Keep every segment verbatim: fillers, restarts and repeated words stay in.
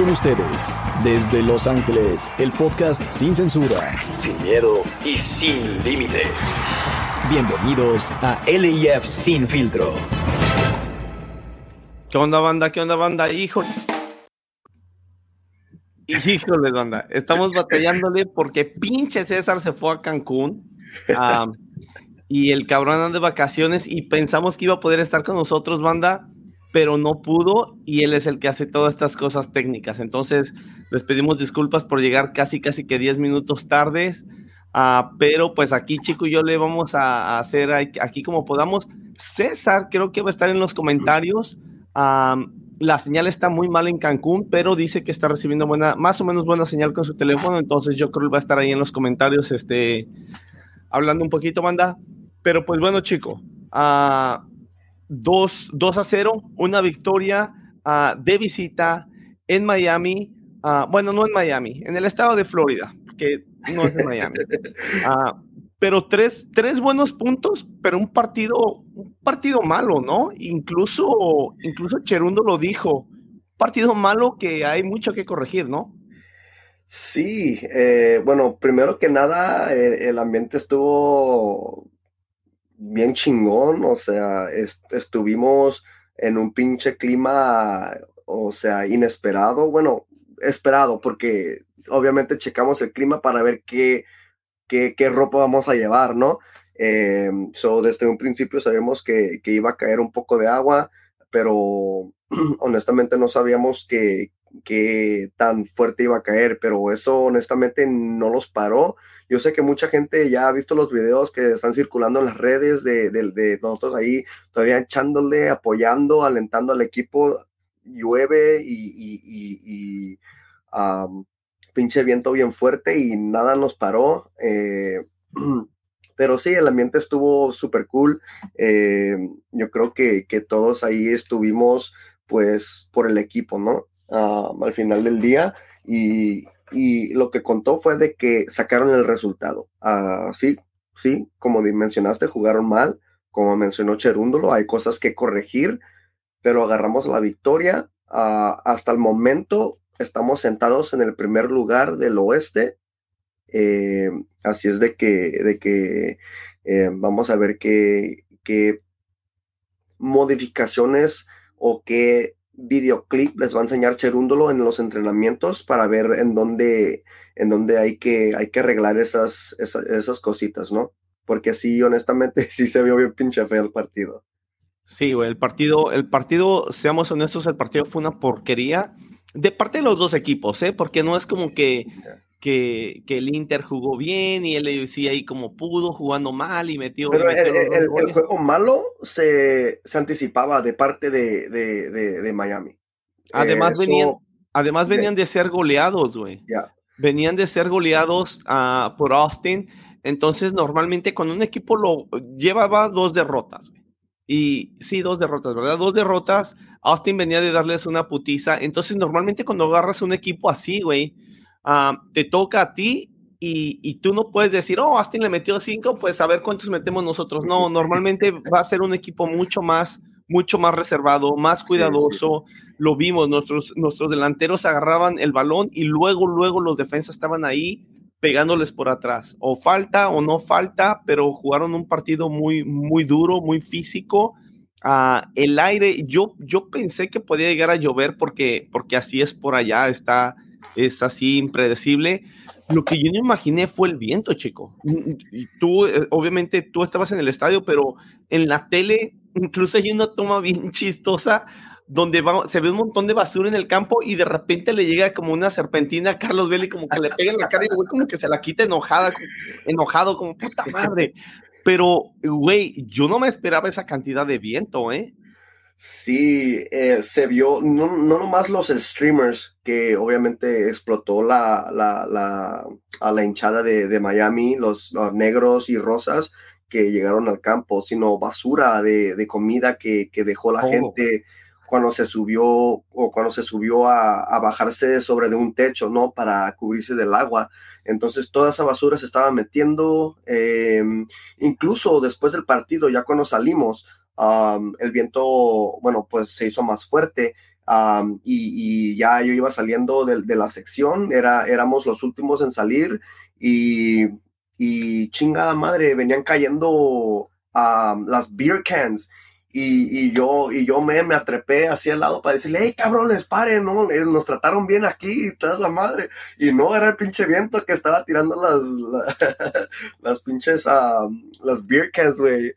Con ustedes, desde Los Ángeles, el podcast sin censura, sin miedo y sin límites. Bienvenidos a L I F Sin Filtro. ¿Qué onda, banda? ¿Qué onda, banda? Hijo... Híjole, banda. Estamos batallándole porque pinche César se fue a Cancún. Um, y el cabrón anda de vacaciones y pensamos que iba a poder estar con nosotros, banda, pero no pudo, y él es el que hace todas estas cosas técnicas. Entonces, les pedimos disculpas por llegar casi, casi que diez minutos tardes, uh, pero pues aquí Chico y yo le vamos a, a hacer aquí como podamos. César creo que va a estar en los comentarios. Um, la señal está muy mal en Cancún, pero dice que está recibiendo buena, más o menos buena señal con su teléfono, entonces yo creo que él va a estar ahí en los comentarios, este, hablando un poquito, banda. Pero pues bueno, Chico, uh, dos a cero, una victoria uh, de visita en Miami, uh, bueno, no en Miami, en el estado de Florida, porque no es en Miami. Uh, pero tres, tres buenos puntos, pero un partido, un partido malo, ¿no? Incluso, incluso Cherundo lo dijo, partido malo que hay mucho que corregir, ¿no? Sí, eh, bueno, primero que nada, eh, el ambiente estuvo bien chingón, o sea, est- estuvimos en un pinche clima, o sea, inesperado, bueno, esperado, porque obviamente checamos el clima para ver qué, qué, qué ropa vamos a llevar, ¿no? Eh, so, desde un principio sabíamos que, que iba a caer un poco de agua, pero honestamente no sabíamos que, que tan fuerte iba a caer, pero eso honestamente no los paró. Yo sé que mucha gente ya ha visto los videos que están circulando en las redes de, de, de nosotros ahí todavía echándole, apoyando, alentando al equipo. Llueve y, y, y, y um, pinche viento bien fuerte y nada nos paró. Eh, pero sí, el ambiente estuvo súper cool. Eh, yo creo que, que todos ahí estuvimos pues por el equipo, ¿no? Uh, al final del día. Y, y lo que contó fue de que sacaron el resultado. Uh, sí, sí, como mencionaste, jugaron mal. Como mencionó Cherúndolo, hay cosas que corregir, pero agarramos la victoria. Uh, hasta el momento estamos sentados en el primer lugar del oeste. Eh, así es de que, de que eh, vamos a ver qué, qué modificaciones o qué videoclip les va a enseñar Cherúndolo en los entrenamientos para ver en dónde, en dónde hay que, hay que arreglar esas, esas, esas cositas, ¿no? Porque sí, honestamente, sí se vio bien pinche feo el partido. Sí, güey, el partido, el partido, seamos honestos, el partido fue una porquería de parte de los dos equipos, ¿eh? Porque no es como que, Yeah. que, que el Inter jugó bien y él decía ahí como pudo, jugando mal y metió, Pero y metió el, los dos el, el goles. juego malo se, se anticipaba de parte de, de, de, de Miami. Además Eh, venían, so, además de, venían de ser goleados, güey. yeah. Venían de ser goleados uh, por Austin. Entonces, normalmente cuando un equipo lo llevaba dos derrotas, güey. Y sí, dos derrotas, ¿verdad? Dos derrotas. Austin venía de darles una putiza. Entonces, normalmente cuando agarras un equipo así, güey, uh, te toca a ti y, y tú no puedes decir, oh, Austin le metió cinco, pues a ver cuántos metemos nosotros. No, normalmente va a ser un equipo mucho más, mucho más reservado, más cuidadoso. Sí, sí. Lo vimos, nuestros, nuestros delanteros agarraban el balón y luego, luego los defensas estaban ahí pegándoles por atrás, o falta o no falta, pero jugaron un partido muy, muy duro, muy físico. Uh, el aire, yo, yo pensé que podía llegar a llover porque, porque así es por allá, está, es así impredecible. Lo que yo no imaginé fue el viento, chico. Y tú, obviamente, tú estabas en el estadio, pero en la tele, incluso hay una toma bien chistosa donde va, se ve un montón de basura en el campo y de repente le llega como una serpentina a Carlos Vela y como que le pega en la cara y el güey como que se la quita enojada, enojado, como puta madre. Pero, güey, yo no me esperaba esa cantidad de viento, ¿eh? Sí, eh, se vio, no, no nomás los streamers, que obviamente explotó la, la, la, a la hinchada de, de Miami, los, los negros y rosas que llegaron al campo, sino basura de, de comida que, que dejó la oh. gente cuando se subió o cuando se subió a, a bajarse sobre de un techo, ¿no? Para cubrirse del agua. Entonces toda esa basura se estaba metiendo, eh, incluso después del partido, ya cuando salimos, Um, el viento, bueno, pues se hizo más fuerte. um, y, y ya yo iba saliendo de, de la sección, era, éramos los últimos en salir y, y chingada madre, venían cayendo um, las beer cans. Y, y yo, y yo me, me atrepé hacia el lado para decirle, hey, cabrones, paren, ¿no? Nos trataron bien aquí, toda esa madre. Y no, era el pinche viento que estaba tirando las, la, las pinches, um, las beer cans, güey.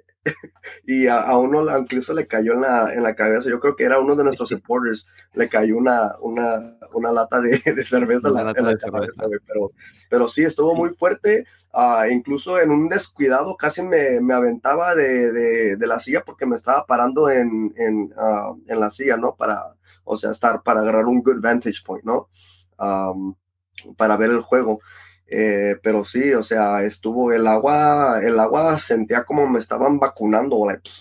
Y a, a uno incluso le cayó en la, en la cabeza, yo creo que era uno de nuestros supporters, le cayó una, una, una lata de, de cerveza en la, en la cabeza, güey. Pero, pero sí, estuvo muy fuerte. Uh, incluso en un descuidado casi me, me aventaba de, de, de la silla porque me estaba parando en, en, uh, en la silla, ¿no? Para, o sea, estar, para agarrar un good vantage point, ¿no? Um, para ver el juego. Eh, pero sí, o sea, estuvo el agua, el agua sentía como me estaban vacunando, like,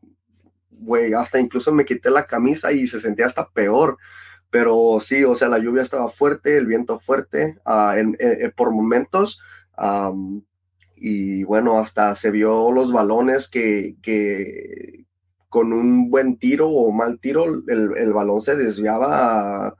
güey, hasta incluso me quité la camisa y se sentía hasta peor. Pero sí, o sea, la lluvia estaba fuerte, el viento fuerte, uh, en, en, por momentos. Um, y bueno, hasta se vio los balones que, que con un buen tiro o mal tiro, el, el balón se desviaba,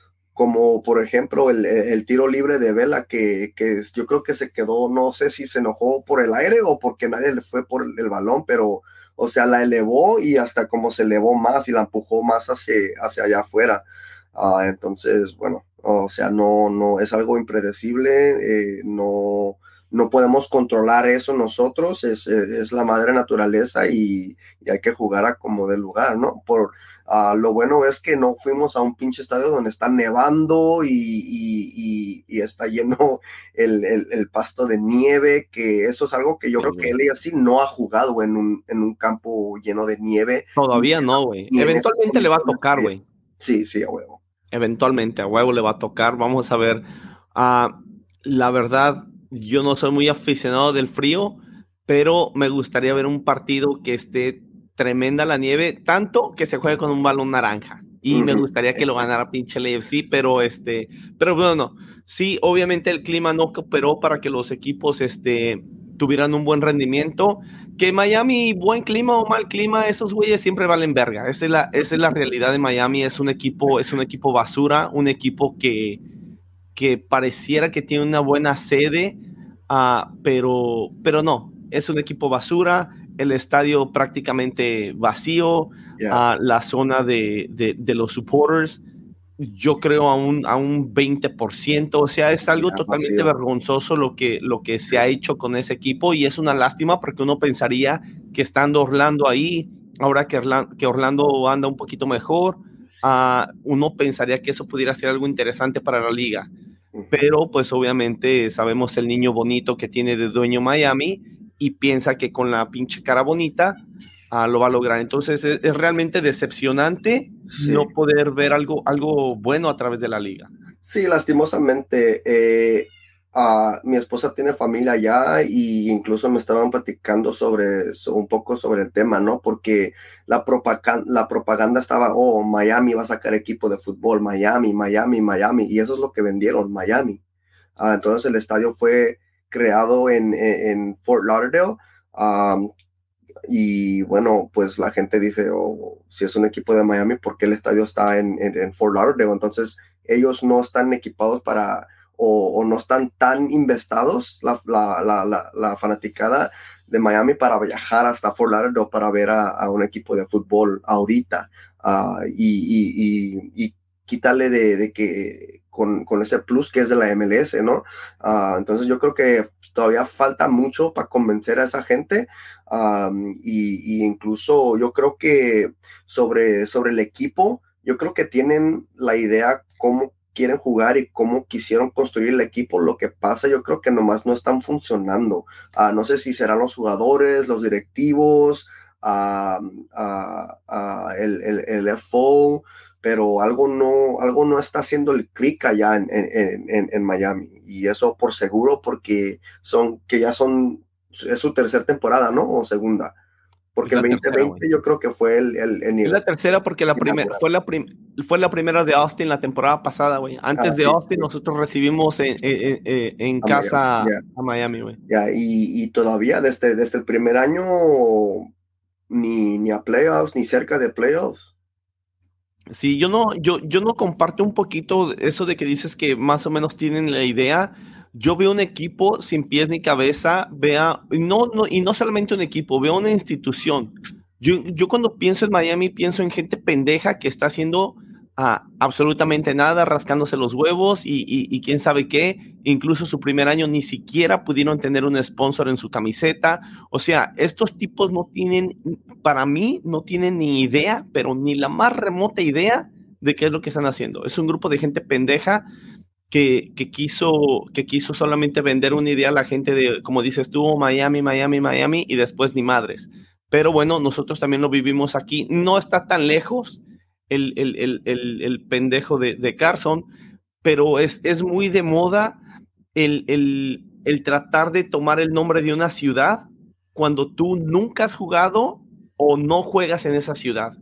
como por ejemplo el, el tiro libre de Vela, que, que yo creo que se quedó, no sé si se enojó por el aire o porque nadie le fue por el, el balón, pero o sea, la elevó y hasta como se elevó más y la empujó más hacia, hacia allá afuera. Uh, entonces, bueno, o sea, no, no es algo impredecible, eh, no, no podemos controlar eso nosotros, es, es la madre naturaleza y, y hay que jugar a como de lugar, ¿no? Por, uh, lo bueno es que no fuimos a un pinche estadio donde está nevando y, y, y, y está lleno el, el, el pasto de nieve, que eso es algo que yo sí, creo que él y así no ha jugado en un, en un campo lleno de nieve. Todavía no, güey. Eventualmente le va a tocar, güey. Sí, sí, a huevo. Eventualmente, a huevo le va a tocar. Vamos a ver. Uh, la verdad, yo no soy muy aficionado del frío, pero me gustaría ver un partido que esté tremenda la nieve, tanto que se juegue con un balón naranja. Y uh-huh. me gustaría que lo ganara pinche el A F C, pero este, pero bueno, no. Sí, obviamente el clima no cooperó para que los equipos este, tuvieran un buen rendimiento. Que Miami, buen clima o mal clima, esos güeyes siempre valen verga. Esa es la, esa es la realidad de Miami. Es un equipo, es un equipo basura, un equipo que, que pareciera que tiene una buena sede, uh, pero, pero no, es un equipo basura. El estadio prácticamente vacío, yeah. uh, la zona de, de, de los supporters, yo creo a un, a un veinte por ciento, o sea, es algo yeah, totalmente vacío. vergonzoso lo que, lo que se ha hecho con ese equipo, y es una lástima porque uno pensaría que estando Orlando ahí, ahora que Orlando, que Orlando anda un poquito mejor, uh, uno pensaría que eso pudiera ser algo interesante para la liga, uh-huh. pero pues obviamente sabemos el niño bonito que tiene de dueño Miami, y piensa que con la pinche cara bonita uh, lo va a lograr. Entonces es, es realmente decepcionante sí. no poder ver algo, algo bueno a través de la liga. Sí, lastimosamente. Eh, uh, mi esposa tiene familia allá y incluso me estaban platicando sobre, sobre un poco sobre el tema, ¿no? Porque la propaganda, la propaganda estaba, oh, Miami va a sacar equipo de fútbol, Miami, Miami, Miami, y eso es lo que vendieron, Miami. Uh, entonces el estadio fue creado en, en, en Fort Lauderdale, um, y bueno, pues la gente dice, oh, si es un equipo de Miami, ¿por qué el estadio está en, en, en Fort Lauderdale? Entonces ellos no están equipados para, o, o no están tan investados, la, la, la, la, la fanaticada de Miami, para viajar hasta Fort Lauderdale para ver a, a un equipo de fútbol ahorita, uh, y, y, y, y quitarle de, de que Con, con ese plus que es de la M L S, ¿no? Uh, entonces yo creo que todavía falta mucho para convencer a esa gente, um, y, y incluso yo creo que sobre, sobre el equipo, yo creo que tienen la idea cómo quieren jugar y cómo quisieron construir el equipo. Lo que pasa, yo creo que nomás no están funcionando. Uh, no sé si serán los jugadores, los directivos, uh, uh, uh, el, el, el F O, pero algo no, algo no está haciendo el clic allá en, en, en, en Miami, y eso por seguro, porque son, que ya son, es su tercera temporada, ¿no? O segunda, porque el veinte veinte tercera, yo creo que fue el, el, el es la tercera, porque la primera fue la prim, fue la primera de Austin la temporada pasada, güey. Antes ah, de sí, Austin sí. nosotros recibimos en, en, en, en a casa Miami, yeah. a Miami, güey. Ya, yeah, y, y todavía desde, desde el primer año ni, ni a playoffs, ni cerca de playoffs. Sí, yo no, yo, yo no comparto un poquito eso de que dices que más o menos tienen la idea. Yo veo un equipo sin pies ni cabeza, vea, y no, no, y no solamente un equipo, veo una institución. Yo, yo cuando pienso en Miami, pienso en gente pendeja que está haciendo ah, absolutamente nada, rascándose los huevos y, y, y quién sabe qué. Incluso su primer año ni siquiera pudieron tener un sponsor en su camiseta. O sea, estos tipos no tienen, para mí, no tienen ni idea, pero ni la más remota idea de qué es lo que están haciendo. Es un grupo de gente pendeja que, que, quiso, que quiso solamente vender una idea a la gente de, como dices tú, Miami, Miami, Miami, y después ni madres. Pero bueno, nosotros también lo vivimos aquí. No está tan lejos el, el, el, el, el pendejo de, de Carson, pero es, es muy de moda el, el, el tratar de tomar el nombre de una ciudad cuando tú nunca has jugado o no juegas en esa ciudad.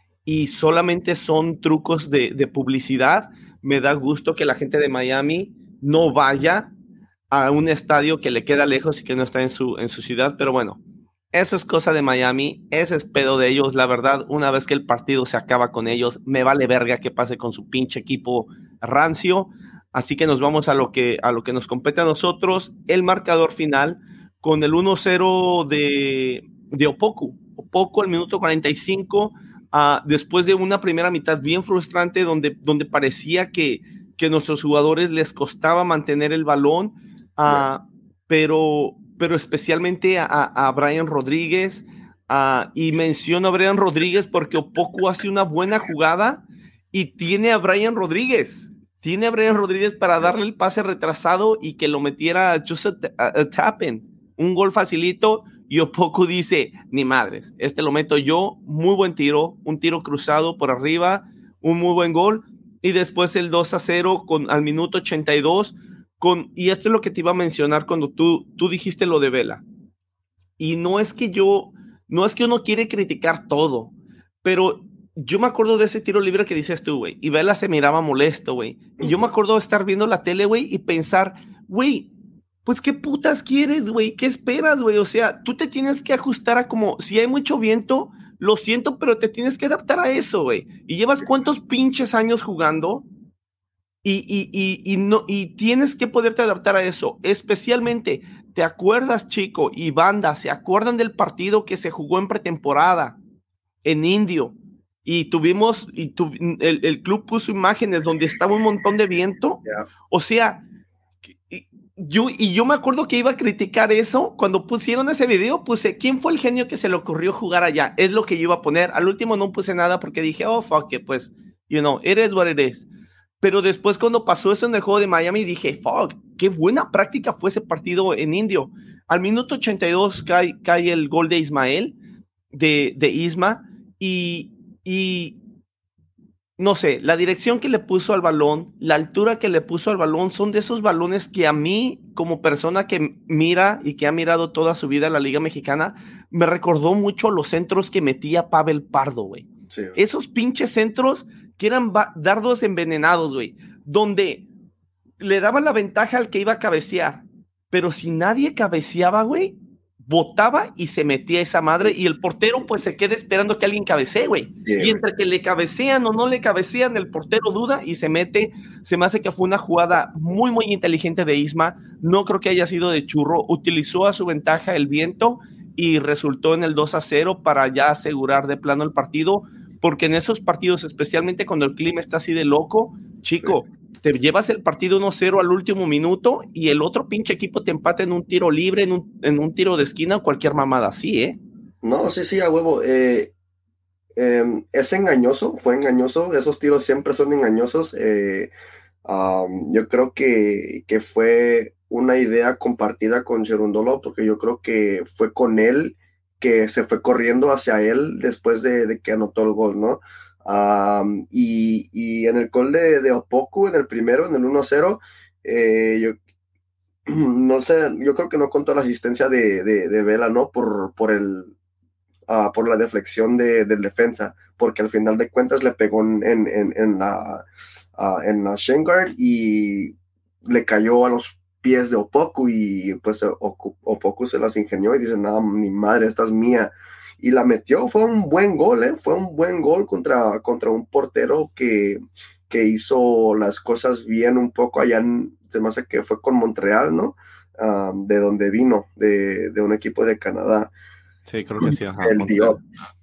Y solamente son trucos de, de publicidad. Me da gusto que la gente de Miami no vaya a un estadio que le queda lejos y que no está en su, en su ciudad, pero bueno, eso es cosa de Miami, ese es pedo de ellos, la verdad, una vez que el partido se acaba con ellos, me vale verga que pase con su pinche equipo rancio, así que nos vamos a lo que, a lo que nos compete a nosotros, el marcador final, con el uno cero de, de Opoku, Opoku al minuto cuarenta y cinco, uh, después de una primera mitad bien frustrante, donde, donde parecía que, que a nuestros jugadores les costaba mantener el balón, uh, yeah. pero... pero especialmente a, a Brian Rodríguez, uh, y menciono a Brian Rodríguez porque Opoku hace una buena jugada y tiene a Brian Rodríguez, tiene a Brian Rodríguez para darle el pase retrasado y que lo metiera just a, a, a tap-in, un gol facilito, y Opoku dice, ni madres, este lo meto yo, muy buen tiro, un tiro cruzado por arriba, un muy buen gol, y después el dos a cero con, al minuto ochenta y dos, Con, y esto es lo que te iba a mencionar cuando tú, tú dijiste lo de Vela. Y no es que yo, no es que uno quiere criticar todo, pero yo me acuerdo de ese tiro libre que dices tú, güey, y Vela se miraba molesto, güey. Y yo me acuerdo de estar viendo la tele, güey, y pensar, güey, pues qué putas quieres, güey, ¿qué esperas, güey? O sea, tú te tienes que ajustar a como, si hay mucho viento, lo siento, pero te tienes que adaptar a eso, güey. Y llevas cuántos pinches años jugando. Y, y, y, y, no, y tienes que poderte adaptar a eso, especialmente, ¿te acuerdas, chico? Y banda, ¿se acuerdan del partido que se jugó en pretemporada en Indio? Y tuvimos, y tu, el, el club puso imágenes donde estaba un montón de viento. Yeah. O sea, y yo, y yo me acuerdo que iba a criticar eso. Cuando pusieron ese video, puse, ¿quién fue el genio que se le ocurrió jugar allá? Es lo que yo iba a poner. Al último no puse nada porque dije, oh, fuck it, pues, you know, it is what it is. Pero después cuando pasó eso en el juego de Miami dije, fuck, qué buena práctica fue ese partido en Indio. Al minuto ochenta y dos cae, cae el gol de Ismael, de, de Isma, y, y no sé, la dirección que le puso al balón, la altura que le puso al balón, son de esos balones que a mí, como persona que mira y que ha mirado toda su vida en la Liga Mexicana, me recordó mucho los centros que metía Pavel Pardo, güey. Sí. Esos pinches centros que eran dardos envenenados, güey, donde le daban la ventaja al que iba a cabecear, pero si nadie cabeceaba, güey, botaba y se metía esa madre, y el portero pues se queda esperando que alguien cabecee, güey, yeah, y entre que le cabecean o no le cabecean, el portero duda y se mete. Se me hace que fue una jugada muy, muy inteligente de Isma, no creo que haya sido de churro, utilizó a su ventaja el viento y resultó en el dos a cero para ya asegurar de plano el partido, porque en esos partidos, especialmente cuando el clima está así de loco, chico, sí, te llevas el partido uno cero al último minuto y el otro pinche equipo te empata en un tiro libre, en un, en un tiro de esquina o cualquier mamada así, ¿eh? No, sí, sí, a huevo. Eh, eh, es engañoso, fue engañoso, esos tiros siempre son engañosos. Eh, um, yo creo que, que fue una idea compartida con Cherundolo, porque yo creo que fue con él que se fue corriendo hacia él después de, de que anotó el gol, ¿no? Um, y, y en el gol de, de Opoku, en el primero, en el uno cero, eh, yo no sé, yo creo que no contó la asistencia de, de, de Vela, ¿no? Por, por, el, uh, por la deflexión de, del defensa, porque al final de cuentas le pegó en, en, en la, uh, en la shin guard y le cayó a los pies de Opoku, y pues Opoku se las ingenió y dice, nada, mi madre, esta es mía. y la metió. Fue un buen gol, ¿eh? Fue un buen gol contra, contra un portero que, que hizo las cosas bien un poco allá, en, se me hace que fue con Montreal, ¿no? Um, de donde vino, de, de un equipo de Canadá. Sí, creo que sí. Ajá, el Diop.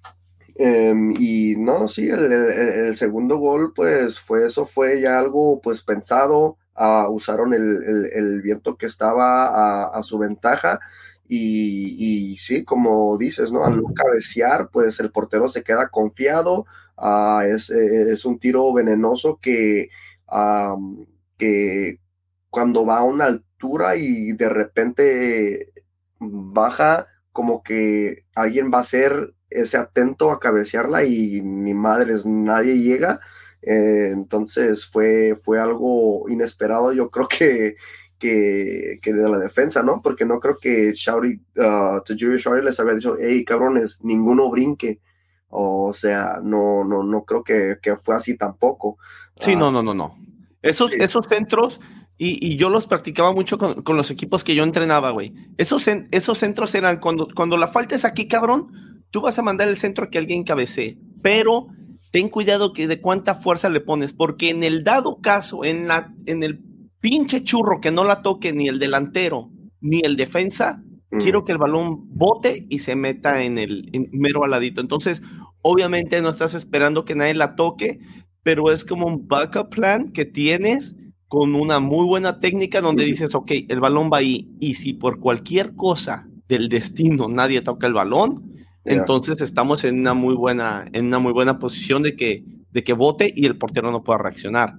Um, y no, sí, el, el, el segundo gol, pues fue eso, fue ya algo pues pensado. Uh, usaron el, el, el viento que estaba a, a su ventaja. Y, y sí, como dices, ¿no? Al no cabecear, pues el portero se queda confiado. Uh, es, es un tiro venenoso que, um, que cuando va a una altura y de repente baja, como que alguien va a ser ese atento a cabecearla y ni madres, nadie llega. Eh, entonces fue, fue algo inesperado, yo creo que, que, que de la defensa, ¿no? Porque no creo que Shouty, uh, Tajiri Shouty les había dicho, hey, cabrones, ninguno brinque. O sea, no, no, no creo que, que fue así tampoco. Sí, Uh, no, no, no, no. Esos, sí. esos centros, y, y yo los practicaba mucho con, con los equipos que yo entrenaba, güey. Esos, esos centros eran, cuando, cuando la falta es aquí, cabrón, tú vas a mandar el centro a que alguien cabecee, pero ten cuidado que de cuánta fuerza le pones, porque en el dado caso, en, la, en el pinche churro que no la toque ni el delantero ni el defensa, mm. quiero que el balón bote y se meta en el en mero aladito. Entonces, obviamente no estás esperando que nadie la toque, pero es como un backup plan que tienes con una muy buena técnica donde dices, ok, el balón va ahí, y si por cualquier cosa del destino nadie toca el balón, yeah. entonces estamos en una muy buena, en una muy buena posición de que, de que bote y el portero no pueda reaccionar.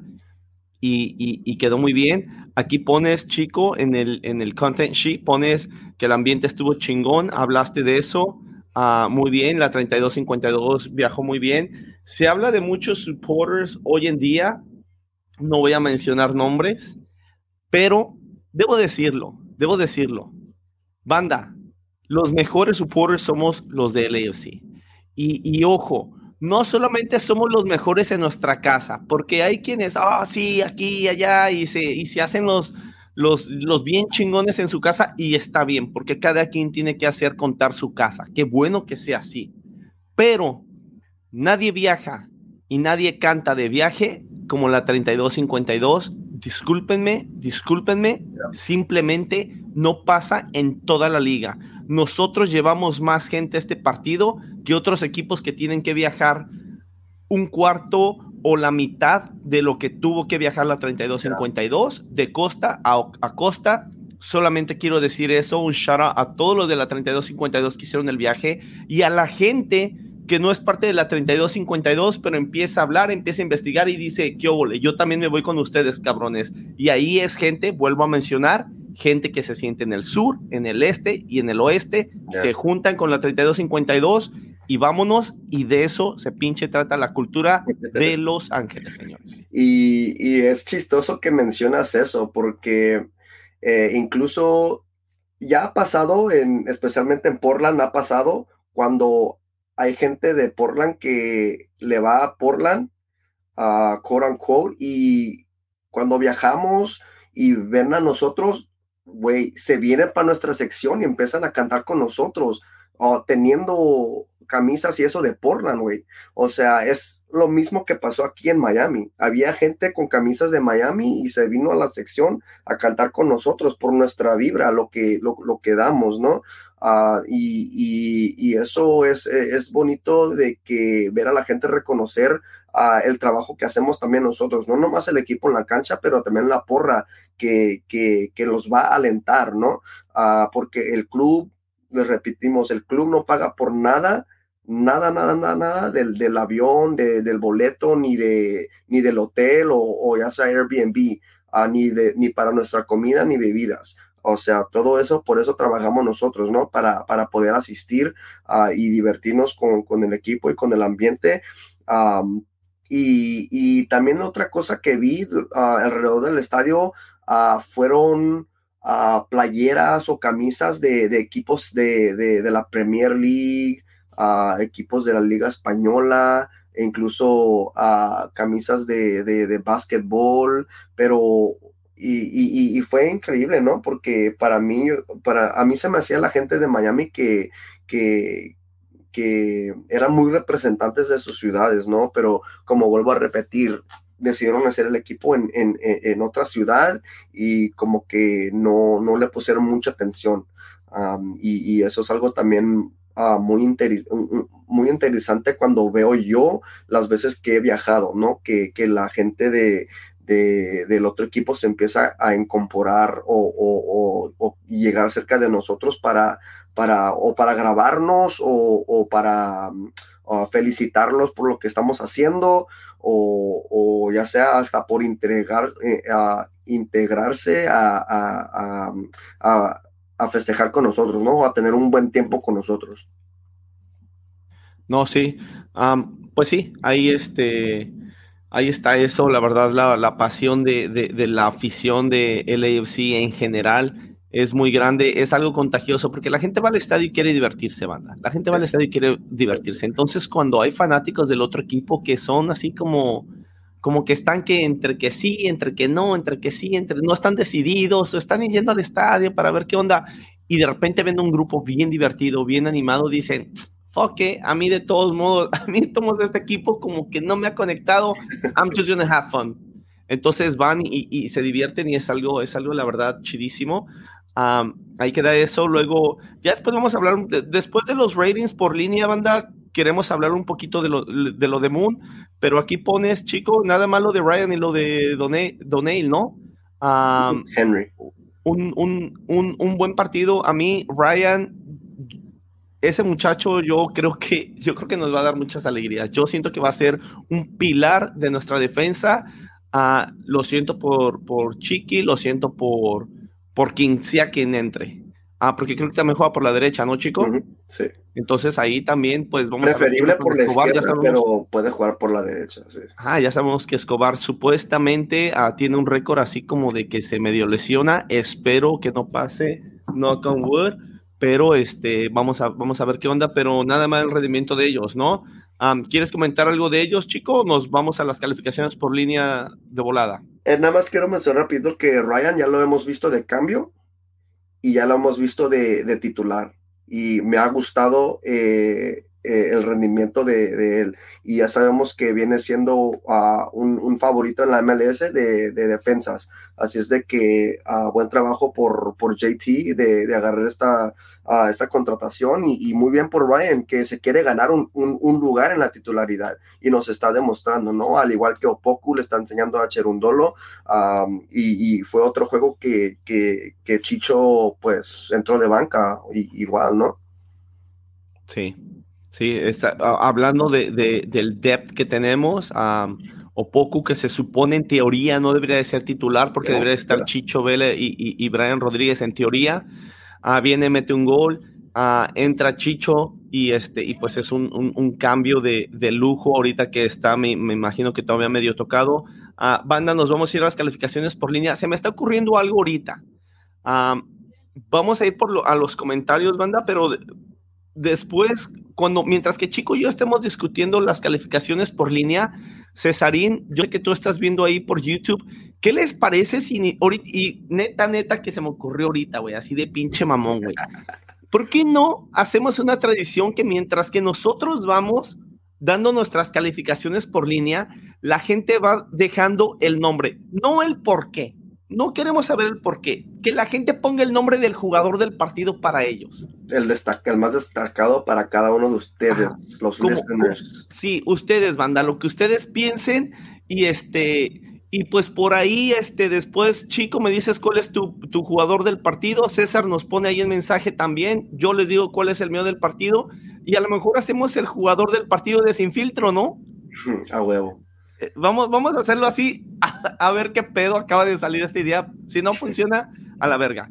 Y, y, y quedó muy bien. Aquí pones, chico, en el, en el content sheet, pones que el ambiente estuvo chingón, hablaste de eso. Uh, muy bien, la treinta y dos cincuenta y dos viajó muy bien. Se habla de muchos supporters hoy en día, no voy a mencionar nombres, pero debo decirlo, debo decirlo. Banda, los mejores supporters somos los de L A F C. Y, y ojo, no solamente somos los mejores en nuestra casa, porque hay quienes, ah, oh, sí, aquí y allá, y se, y se hacen los, los, los bien chingones en su casa, y está bien, porque cada quien tiene que hacer contar su casa. Qué bueno que sea así. Pero nadie viaja y nadie canta de viaje como la treinta y dos cincuenta y dos. Discúlpenme, discúlpenme, simplemente no pasa en toda la liga. Nosotros llevamos más gente a este partido que otros equipos que tienen que viajar un cuarto o la mitad de lo que tuvo que viajar la treinta y dos cincuenta y dos de costa a, a costa. Solamente quiero decir eso, un shout out a todos los de la treinta y dos cincuenta y dos que hicieron el viaje y a la gente que no es parte de la treinta y dos cincuenta y dos, pero empieza a hablar, empieza a investigar y dice, ¿qué óvole? Yo también me voy con ustedes, cabrones. Y ahí es gente, vuelvo a mencionar, gente que se siente en el sur, en el este y en el oeste, yeah. se juntan con la treinta y dos cincuenta y dos y vámonos, y de eso se pinche trata la cultura de Los Ángeles, señores. Y, y es chistoso que mencionas eso, porque eh, incluso ya ha pasado, en, especialmente en Portland, ha pasado cuando hay gente de Portland que le va a Portland, uh, quote unquote, y cuando viajamos y ven a nosotros, güey, se vienen para nuestra sección y empiezan a cantar con nosotros, uh, teniendo camisas y eso de Portland, güey. O sea, es lo mismo que pasó aquí en Miami. Había gente con camisas de Miami y se vino a la sección a cantar con nosotros por nuestra vibra, lo que, lo, lo que damos, ¿no? Uh, y, y, y eso es, es bonito de que ver a la gente reconocer uh, el trabajo que hacemos también nosotros, no nomás el equipo en la cancha, pero también la porra que, que, que los va a alentar, ¿no? Uh, porque el club, les repetimos, el club no paga por nada, nada, nada, nada, nada del, del avión, de, del boleto, ni, de, ni del hotel o, o ya sea Airbnb, uh, ni, de, ni para nuestra comida ni bebidas. O sea, todo eso, por eso trabajamos nosotros, ¿no? Para, para poder asistir uh, y divertirnos con, con el equipo y con el ambiente. Um, y, y también otra cosa que vi uh, alrededor del estadio uh, fueron uh, playeras o camisas de, de equipos de, de, de la Premier League, uh, equipos de la Liga Española, e incluso uh, camisas de, de, de básquetbol, pero... Y, y, y fue increíble, ¿no? Porque para mí, para, a mí se me hacía la gente de Miami que, que, que eran muy representantes de sus ciudades, ¿no? Pero como vuelvo a repetir, decidieron hacer el equipo en, en, en otra ciudad y como que no, no le pusieron mucha atención. Um, y, y eso es algo también uh, muy, interi- muy interesante cuando veo yo las veces que he viajado, ¿no? Que, que la gente de, de, del otro equipo se empieza a incorporar o, o, o, o llegar cerca de nosotros para, para, o para grabarnos o, o para uh, felicitarlos por lo que estamos haciendo. O, o ya sea hasta por integrar, eh, a integrarse a, a, a, a, a festejar con nosotros, ¿no? A tener un buen tiempo con nosotros. No, sí. Um, pues sí, ahí, este, ahí está eso, la verdad, la, la pasión de, de, de la afición de L A F C en general es muy grande, es algo contagioso, porque la gente va al estadio y quiere divertirse, banda. La gente va al estadio y quiere divertirse. Entonces, cuando hay fanáticos del otro equipo que son así como, como que están que entre que sí, entre que no, entre que sí, entre no están decididos, o están yendo al estadio para ver qué onda, y de repente ven un grupo bien divertido, bien animado, dicen, fuck it, a mí de todos modos, a mí de todos modos este equipo como que no me ha conectado, I'm just gonna have fun. Entonces van y, y se divierten y es algo, es algo la verdad chidísimo. Um, ahí queda eso. Luego, ya después vamos a hablar, de, después de los ratings por línea, banda, queremos hablar un poquito de lo de, lo de Moon, pero aquí pones, chico, nada más lo de Ryan y lo de Donale, ¿no? Um, Henry. Un, un, un, un buen partido. A mí, Ryan, ese muchacho, yo creo que, yo creo que nos va a dar muchas alegrías. Yo siento que va a ser un pilar de nuestra defensa. Uh, lo siento por, por Chiqui, lo siento por por quien sea quien entre. Ah, porque creo que también juega por la derecha, ¿no, chico? Uh-huh, sí. Entonces ahí también, pues vamos Preferible a ver. por la Escobar, izquierda, pero puede jugar por la derecha, sí. Ah, ya sabemos que Escobar supuestamente ah, tiene un récord así como de que se medio lesiona. Espero que no pase, knock on wood, pero este, vamos a, vamos a ver qué onda, pero nada más el rendimiento de ellos, ¿no? Um, ¿Quieres comentar algo de ellos, chico? Nos vamos a las calificaciones por línea de volada. Eh, nada más quiero mencionar rápido que Ryan ya lo hemos visto de cambio y ya lo hemos visto de, de titular y me ha gustado eh, eh, el rendimiento de, de él y ya sabemos que viene siendo uh, un, un favorito en la M L S de, de defensas, así es de que uh, buen trabajo por, por J T de, de agarrar esta, uh, esta contratación y, y muy bien por Ryan que se quiere ganar un, un, un lugar en la titularidad y nos está demostrando, ¿no? Al igual que Opoku le está enseñando a Cherundolo um, y, y fue otro juego que, que, que Chicho pues entró de banca y, igual, ¿no? Sí. Sí, está, uh, hablando de, de, del depth que tenemos, um, Opoku, que se supone en teoría no debería de ser titular porque no, debería de estar claro. Chicho Vélez y, y, y Brian Rodríguez en teoría, uh, viene, mete un gol, uh, entra Chicho y, este, y pues es un, un, un cambio de, de lujo ahorita que está, me, me imagino que todavía medio tocado. Uh, banda, nos vamos a ir a las calificaciones por línea. Se me está ocurriendo algo ahorita. Um, vamos a ir por lo, a los comentarios, banda, pero... De, Después, cuando, mientras que Chico y yo estemos discutiendo las calificaciones por línea, Cesarín, yo sé que tú estás viendo ahí por YouTube, ¿qué les parece si, ahorita, y neta, neta que se me ocurrió ahorita, güey, así de pinche mamón, güey? ¿Por qué no hacemos una tradición que mientras que nosotros vamos dando nuestras calificaciones por línea, la gente va dejando el nombre, no el por qué? No queremos saber el por qué. Que la gente ponga el nombre del jugador del partido para ellos. El, destaca, el más destacado para cada uno de ustedes, ah, los como, listeners. Sí, ustedes, banda, lo que ustedes piensen. Y este, y pues por ahí, este, después, Chico, me dices cuál es tu, tu jugador del partido. César nos pone ahí el mensaje también. Yo les digo cuál es el mío del partido. Y a lo mejor hacemos el jugador del partido de Sin Filtro, ¿no? A huevo. Vamos, vamos a hacerlo así, a, a ver qué pedo acaba de salir esta idea. Si no funciona, a la verga.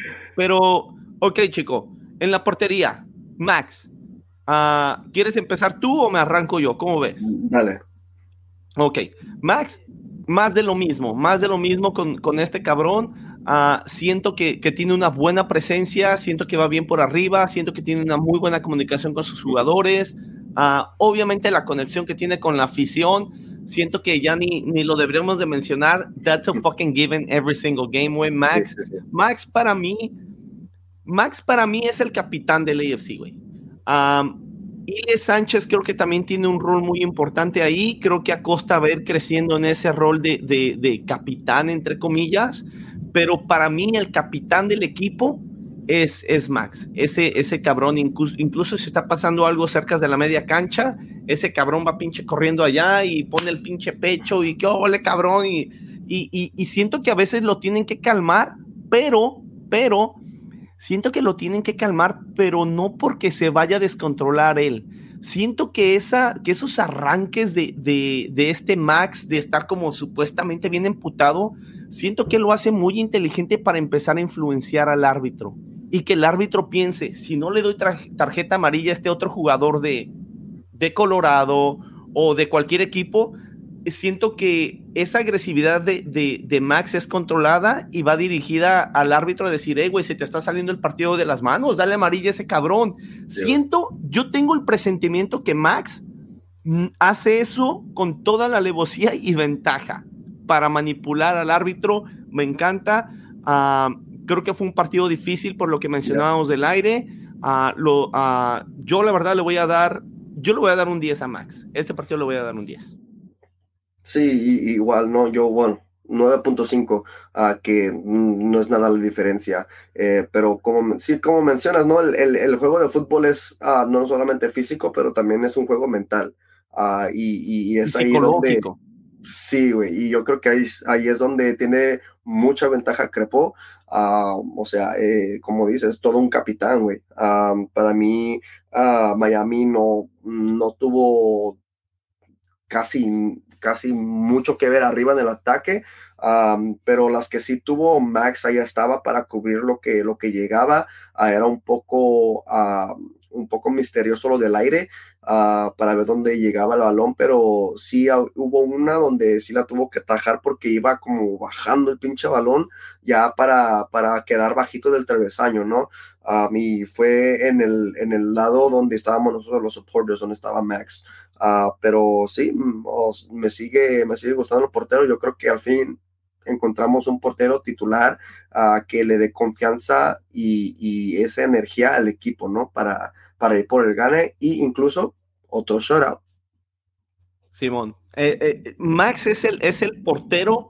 Pero, ok, chico, en la portería, Max, uh, ¿quieres empezar tú o me arranco yo? ¿Cómo ves? Dale. Ok, Max, más de lo mismo, más de lo mismo con, con este cabrón. Uh, siento que, que tiene una buena presencia, siento que va bien por arriba, siento que tiene una muy buena comunicación con sus jugadores. Uh, obviamente la conexión que tiene con la afición. Siento que ya ni, ni lo deberíamos de mencionar. That's a fucking given every single game, güey. Max, sí, sí, sí. Max para mí, Max para mí es el capitán del A F C, güey. Um, Ile Sánchez creo que también tiene un rol muy importante ahí. Creo que Acosta va a ir creciendo en ese rol de, de, de capitán, entre comillas. Pero para mí el capitán del equipo es, es Max. Ese, ese cabrón, incluso, incluso si está pasando algo cerca de la media cancha, ese cabrón va pinche corriendo allá y pone el pinche pecho y qué ole, cabrón. Y, y, y, y siento que a veces lo tienen que calmar, pero, pero... Siento que lo tienen que calmar, pero no porque se vaya a descontrolar él. Siento que, esa, que esos arranques de, de, de este Max, de estar como supuestamente bien emputado, siento que lo hace muy inteligente para empezar a influenciar al árbitro. Y que el árbitro piense, si no le doy tarjeta amarilla a este otro jugador de, de Colorado o de cualquier equipo, siento que esa agresividad de, de, de Max es controlada y va dirigida al árbitro a decir, hey, güey, se te está saliendo el partido de las manos, dale amarilla a ese cabrón. Sí. Siento, yo tengo el presentimiento que Max hace eso con toda la alevosía y ventaja para manipular al árbitro. Me encanta. Uh, creo que fue un partido difícil por lo que mencionábamos yeah. del aire. Uh, lo, uh, yo la verdad le voy a dar, yo le voy a dar un diez a Max. Este partido le voy a dar un diez. Sí, igual, no, yo, bueno, nueve punto cinco, uh, que mm, no es nada la diferencia, eh, pero como, sí, como mencionas, ¿no? El, el, el juego de fútbol es uh, no solamente físico, pero también es un juego mental, uh, y, y es y ahí donde... Sí, güey, y yo creo que ahí, ahí es donde tiene mucha ventaja Crepo, uh, o sea, eh, como dices, todo un capitán, güey. Uh, para mí, uh, Miami no, no tuvo casi... casi mucho que ver arriba en el ataque, um, pero las que sí tuvo Max ahí estaba para cubrir lo que, lo que llegaba, uh, era un poco, uh, un poco misterioso lo del aire, uh, para ver dónde llegaba el balón, pero sí uh, hubo una donde sí la tuvo que atajar porque iba como bajando el pinche balón ya para, para quedar bajito del travesaño, ¿no? Um, y fue en el, en el lado donde estábamos nosotros los supporters, donde estaba Max. Uh, pero sí, oh, me sigue me sigue gustando el portero. Yo creo que al fin encontramos un portero titular uh, que le dé confianza y, y esa energía al equipo, ¿no? Para, para ir por el gane e incluso otro shutout. Simón, eh, eh, Max es el, es el portero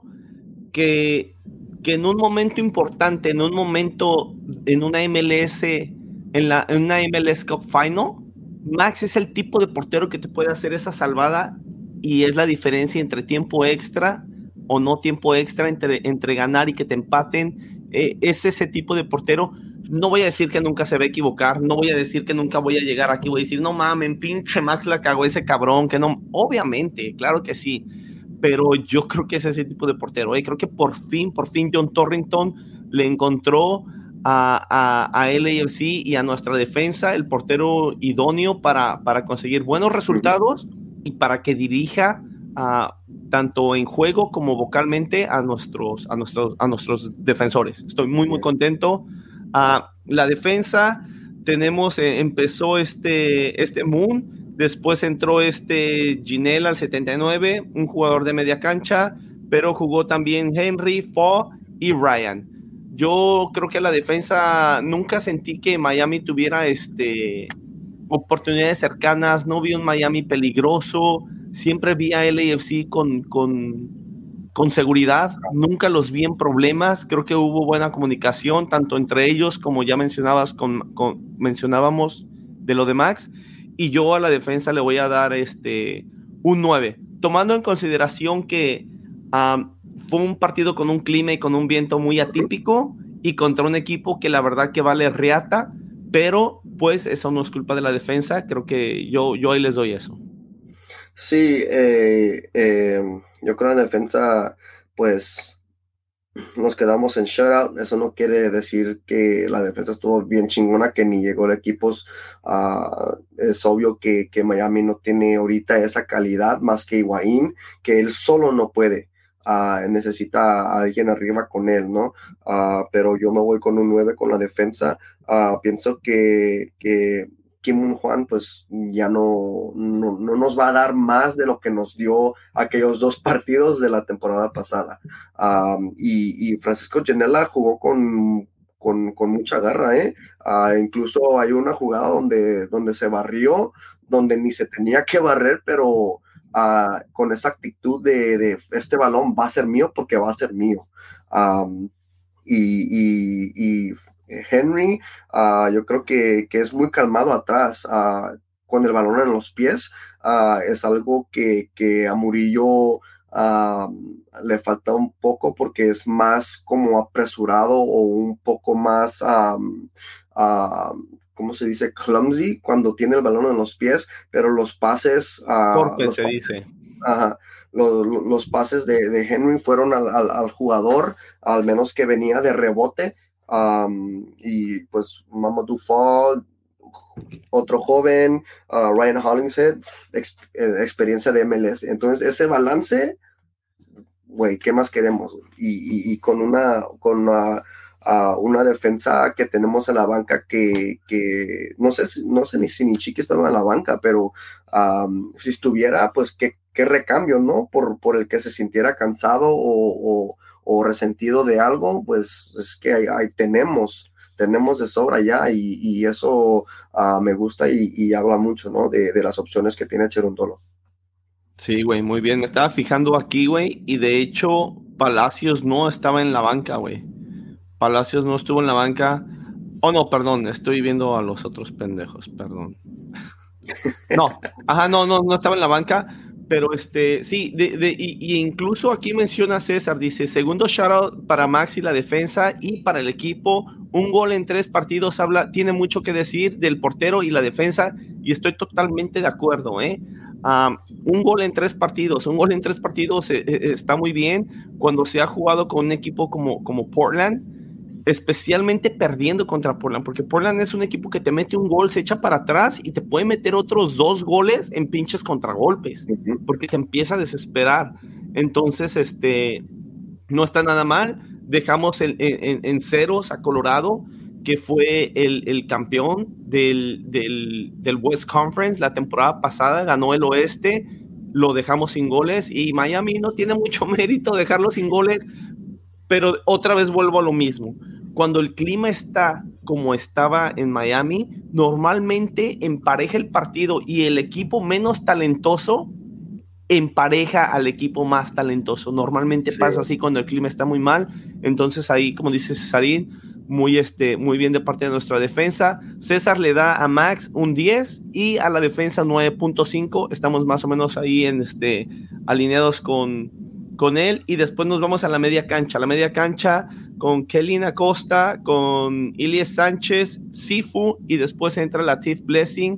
que, que en un momento importante, en un momento, en una M L S, en, la, en una M L S Cup Final, Max es el tipo de portero que te puede hacer esa salvada y es la diferencia entre tiempo extra o no tiempo extra, entre, entre ganar y que te empaten. Eh, es ese tipo de portero. No voy a decir que nunca se va a equivocar, no voy a decir que nunca voy a llegar aquí, voy a decir, no mames, pinche Max la cagó ese cabrón, que no, obviamente, claro que sí, pero yo creo que es ese tipo de portero. Eh. Creo que por fin, por fin John Thornton le encontró A, a, a L A F C y a nuestra defensa el portero idóneo para, para conseguir buenos resultados y para que dirija uh, tanto en juego como vocalmente a nuestros, a nuestros, a nuestros defensores. Estoy muy, muy contento. Uh, la defensa, tenemos, eh, empezó este, este Moon, después entró este Ginel al setenta y nueve, un jugador de media cancha, pero jugó también Henry, Fo y Ryan. Yo creo que la defensa, nunca sentí que Miami tuviera este, oportunidades cercanas, no vi un Miami peligroso, siempre vi a L A F C con, con, con seguridad, nunca los vi en problemas, creo que hubo buena comunicación, tanto entre ellos como ya mencionabas, con, con, mencionábamos de lo de Max, y yo a la defensa le voy a dar este, un nueve, tomando en consideración que um, fue un partido con un clima y con un viento muy atípico y contra un equipo que la verdad que vale riata, pero pues eso no es culpa de la defensa. Creo que yo, yo ahí les doy eso. Sí, eh, eh, yo creo que la defensa, pues nos quedamos en shutout. Eso no quiere decir que la defensa estuvo bien chingona, que ni llegó a equipos. Uh, es obvio que, que Miami no tiene ahorita esa calidad más que Higuaín, que él solo no puede. Uh, necesita a alguien arriba con él, ¿no? Uh, pero yo me voy con un nueve con la defensa. Uh, pienso que, que Kim Moon-Hwan pues ya no, no, no nos va a dar más de lo que nos dio aquellos dos partidos de la temporada pasada. Um, y, y Francisco Ginella jugó con, con, con mucha garra, ¿eh? Uh, incluso hay una jugada donde, donde se barrió donde ni se tenía que barrer, pero uh, con esa actitud de, de este balón va a ser mío porque va a ser mío. Um, y, y, y Henry, uh, yo creo que, que es muy calmado atrás, uh, con el balón en los pies. Uh, es algo que, que a Murillo Uh, le falta un poco porque es más como apresurado o un poco más, um, uh, ¿cómo se dice? Clumsy cuando tiene el balón en los pies, pero los pases... Uh, Torpe los se pases, dice. Ajá, los, los pases de, de Henry fueron al, al, al jugador, al menos que venía de rebote, um, y pues Mamadou Fall, otro joven, uh, Ryan Hollingshead, ex, eh, experiencia de M L S. Entonces ese balance, güey, ¿qué más queremos? Y, y, y con una con una, uh, una defensa que tenemos en la banca que, que no sé no sé ni si ni Chiqui estaba en la banca, pero um, si estuviera, pues qué, qué recambio, ¿no? Por, por el que se sintiera cansado o, o, o resentido de algo, pues es que ahí, ahí tenemos tenemos de sobra ya, y, y eso uh, me gusta y, y habla mucho, ¿no? De, de las opciones que tiene Cherundolo. Sí, güey, muy bien. Me estaba fijando aquí, güey, y de hecho Palacios no estaba en la banca, güey. Palacios no estuvo en la banca. Oh, no, perdón, estoy viendo a los otros pendejos, perdón. No, ajá, no, no, no estaba en la banca, pero este, sí, de, de, y, y incluso aquí menciona César, dice, segundo shoutout para Max y la defensa y para el equipo, un gol en tres partidos habla, tiene mucho que decir del portero y la defensa, y estoy totalmente de acuerdo, ¿eh? Um, un gol en tres partidos, un gol en tres partidos eh, eh, está muy bien cuando se ha jugado con un equipo como, como Portland, especialmente perdiendo contra Portland, porque Portland es un equipo que te mete un gol, se echa para atrás y te puede meter otros dos goles en pinches contragolpes, porque te empieza a desesperar. Entonces, este, no está nada mal. Dejamos en, en, en ceros a Colorado, que fue el, el campeón del, del, del West Conference la temporada pasada, ganó el oeste, lo dejamos sin goles, y Miami no tiene mucho mérito dejarlo sin goles, pero otra vez vuelvo a lo mismo. Cuando el clima está como estaba en Miami, normalmente empareja el partido y el equipo menos talentoso empareja al equipo más talentoso. Normalmente sí. Pasa así cuando el clima está muy mal. Entonces ahí, como dice Cesarín, muy, este, muy bien de parte de nuestra defensa. César le da a Max un diez y a la defensa nueve punto cinco. Estamos más o menos ahí en este, alineados con, con él. Y después nos vamos a la media cancha. La media cancha con Kellyn Acosta, con Ilyes Sánchez, Sifu, y después entra Latif Blessing.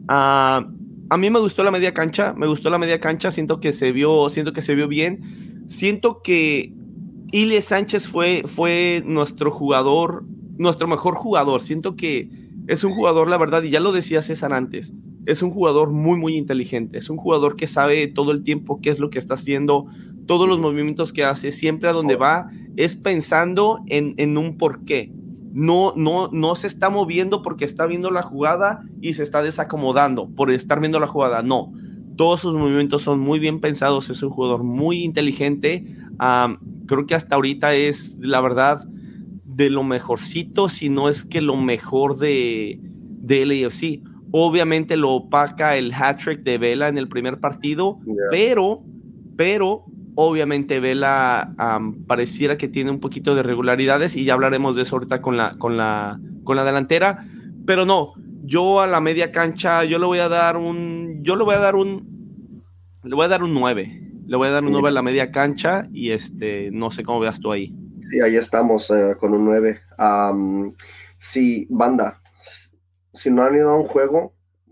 Uh, a mí me gustó la media cancha, me gustó la media cancha, siento que se vio, siento que se vio bien. Siento que Ilyes Sánchez fue, fue nuestro jugador, nuestro mejor jugador. Siento que es un jugador, la verdad, y ya lo decía César antes, es un jugador muy, muy inteligente. Es un jugador que sabe todo el tiempo qué es lo que está haciendo, todos los movimientos que hace, siempre a donde va, es pensando en, en un porqué. No, no, no se está moviendo porque está viendo la jugada y se está desacomodando por estar viendo la jugada. No, todos sus movimientos son muy bien pensados. Es un jugador muy inteligente. Um, creo que hasta ahorita es, la verdad, de lo mejorcito, si no es que lo mejor de, de L A F C. Obviamente lo opaca el hat-trick de Vela en el primer partido, yeah. pero, pero obviamente Vela um, pareciera que tiene un poquito de irregularidades, y ya hablaremos de eso ahorita con la, con la, con la delantera. Pero no, yo a la media cancha, yo le voy a dar un, yo le voy a dar un, le voy a dar un nueve. Le voy a dar un nueve a la media cancha, y este, no sé cómo veas tú ahí. Sí, ahí estamos uh, con un nueve. Um, sí, banda, si no han ido a un juego,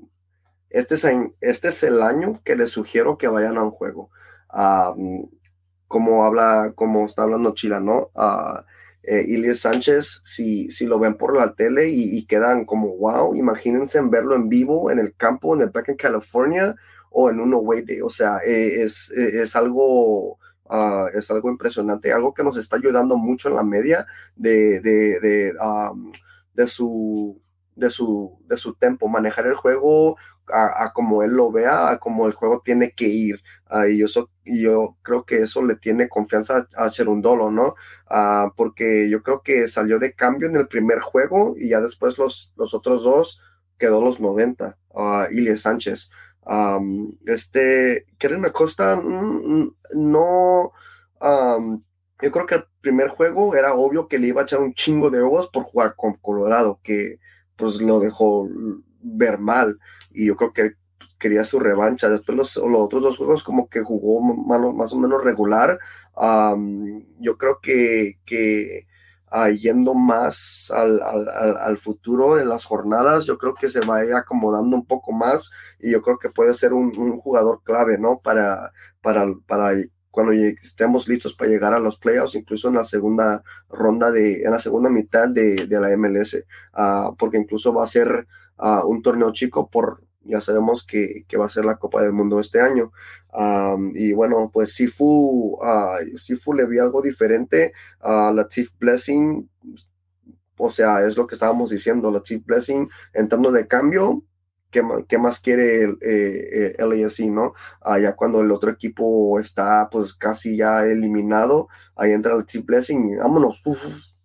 este es, este es el año que les sugiero que vayan a un juego. Um, como habla, como está hablando Chila, ¿no? Uh, eh, Ilyes Sánchez, si, si lo ven por la tele y, y quedan como wow, imagínense en verlo en vivo en el campo, en el Back in California, o en un away day. O sea, eh, es, es algo uh, es algo impresionante, algo que nos está ayudando mucho en la media de, de, de, um, de su de su, de su tempo, manejar el juego a, a como él lo vea, a como el juego tiene que ir. Uh, y, yo so, y yo creo que eso le tiene confianza a, a Cherundolo, ¿no? Uh, porque yo creo que salió de cambio en el primer juego y ya después los, los otros dos quedó los noventa, uh, Ilya Sánchez. Um, este, Kellen Acosta, mm, no, um, yo creo que el primer juego era obvio que le iba a echar un chingo de ojos por jugar con Colorado, que pues lo dejó ver mal, y yo creo que quería su revancha. Después los, los otros dos juegos como que jugó más, más o menos regular. Um, yo creo que, que uh, yendo más al, al, al futuro de las jornadas, yo creo que se va a ir acomodando un poco más, y yo creo que puede ser un, un jugador clave, ¿no? Para, para, para cuando estemos listos para llegar a los playoffs, incluso en la segunda ronda, de, en la segunda mitad de, de la M L S, uh, porque incluso va a ser uh, un torneo chico por, ya sabemos que, que va a ser la Copa del Mundo este año. Um, y bueno, pues Sifu, uh, Sifu le vi algo diferente a uh, Latif Blessing, o sea, es lo que estábamos diciendo, Latif Blessing entrando de cambio. ¿Qué, qué más quiere el eh, L A F C, no? Uh, ya cuando el otro equipo está pues casi ya eliminado, ahí entra Latif Blessing y vámonos, uf,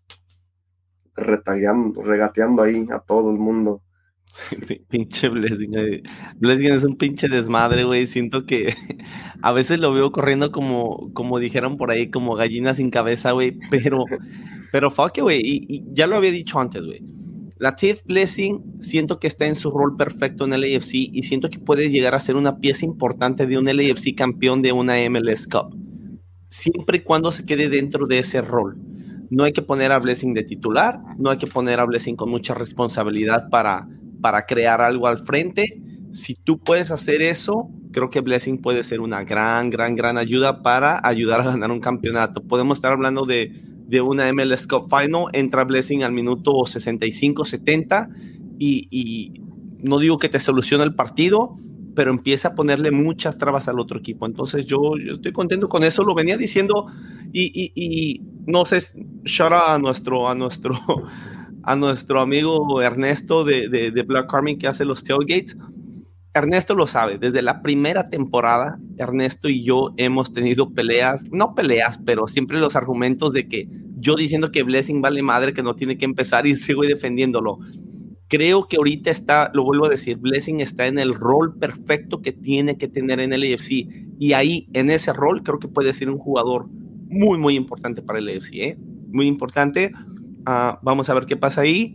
retagueando, regateando ahí a todo el mundo. Sí, pinche Blessing, güey. Blessing es un pinche desmadre, güey. Siento que a veces lo veo corriendo como, como dijeron por ahí, como gallina sin cabeza, güey. Pero, pero fuck, güey. Y, y ya lo había dicho antes, güey. Latif Blessing siento que está en su rol perfecto en el L A F C, y siento que puede llegar a ser una pieza importante de un L A F C campeón de una M L S Cup, siempre y cuando se quede dentro de ese rol. No hay que poner a Blessing de titular, no hay que poner a Blessing con mucha responsabilidad para, para crear algo al frente. Si tú puedes hacer eso, creo que Blessing puede ser una gran, gran, gran ayuda para ayudar a ganar un campeonato. Podemos estar hablando de, de una M L S Cup Final, entra Blessing al minuto sesenta y cinco, setenta, y, y no digo que te solucione el partido, pero empieza a ponerle muchas trabas al otro equipo. Entonces yo, yo estoy contento con eso, lo venía diciendo, y, y, y no sé, shout out a nuestro, a nuestro, a nuestro amigo Ernesto de, de, de Black Army, que hace los tailgates. Ernesto lo sabe, desde la primera temporada, Ernesto y yo hemos tenido peleas, no peleas, pero siempre los argumentos de que yo diciendo que Blessing vale madre, que no tiene que empezar, y sigo defendiéndolo. Creo que ahorita está, lo vuelvo a decir, Blessing está en el rol perfecto que tiene que tener en el A F C, y ahí, en ese rol, creo que puede ser un jugador muy, muy importante para el A F C, ¿eh? Muy importante. Uh, vamos a ver qué pasa ahí.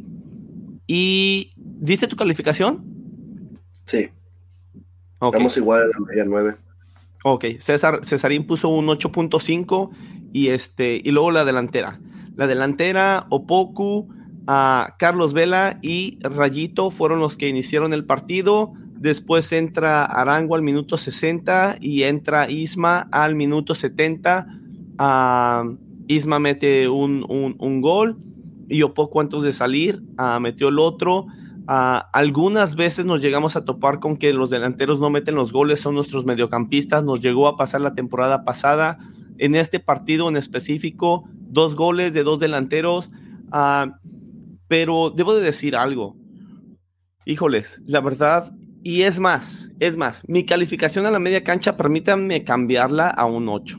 ¿Y diste tu calificación? Sí. Okay. Estamos igual a la media nueve. Ok, César, Cesarín puso un ocho punto cinco, y, este, y luego la delantera. La delantera, Opoku, a Carlos Vela y Rayito fueron los que iniciaron el partido. Después entra Arango al minuto sesenta y entra Isma al minuto setenta. Uh, Isma mete un, un, un gol, y Opoku antes de salir uh, metió el otro. Uh, algunas veces nos llegamos a topar con que los delanteros no meten los goles, son nuestros mediocampistas. Nos llegó a pasar la temporada pasada. En este partido en específico, dos goles de dos delanteros. Uh, pero debo de decir algo. Híjoles, la verdad, y es más, es más, mi calificación a la media cancha, permítanme cambiarla a un ocho.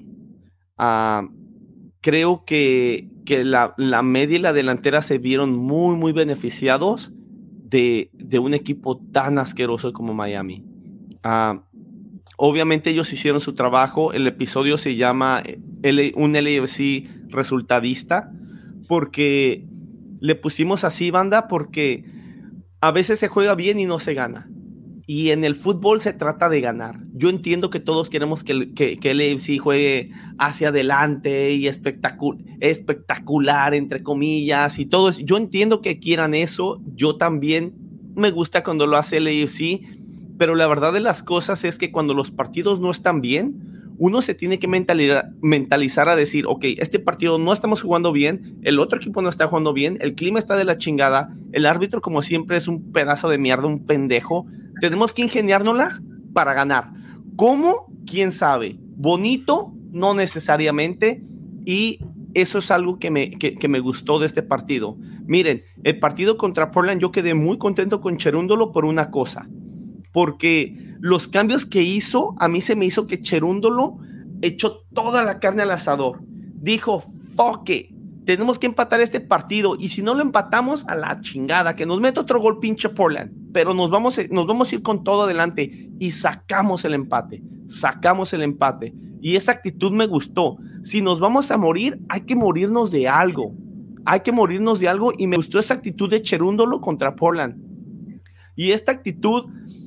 Uh, creo que, que la, la media y la delantera se vieron muy, muy beneficiados De, de un equipo tan asqueroso como Miami. Uh, obviamente ellos hicieron su trabajo. El episodio se llama L- un L A F C resultadista, porque le pusimos así, banda, porque a veces se juega bien y no se gana, y en el fútbol se trata de ganar. Yo entiendo que todos queremos que, que, que el L A F C juegue hacia adelante y espectacular, espectacular, entre comillas, y todo eso. Yo entiendo que quieran eso. Yo también me gusta cuando lo hace el L A F C, pero la verdad de las cosas es que cuando los partidos no están bien, uno se tiene que mentalizar, mentalizar a decir, ok, este partido no estamos jugando bien, el otro equipo no está jugando bien, el clima está de la chingada, el árbitro como siempre es un pedazo de mierda, un pendejo. Tenemos que ingeniárnoslas para ganar. ¿Cómo? ¿Quién sabe? Bonito, no necesariamente, y eso es algo que me, que, que me gustó de este partido. Miren, el partido contra Portland, yo quedé muy contento con Cherúndolo por una cosa, porque los cambios que hizo, a mí se me hizo que Cherúndolo echó toda la carne al asador. Dijo, fuck it, tenemos que empatar este partido, y si no lo empatamos, a la chingada, que nos mete otro gol pinche Portland. pero nos vamos, nos vamos a ir con todo adelante y sacamos el empate, sacamos el empate y esa actitud me gustó. Si nos vamos a morir, hay que morirnos de algo, hay que morirnos de algo y me gustó esa actitud de Cherúndolo contra Portland y esta actitud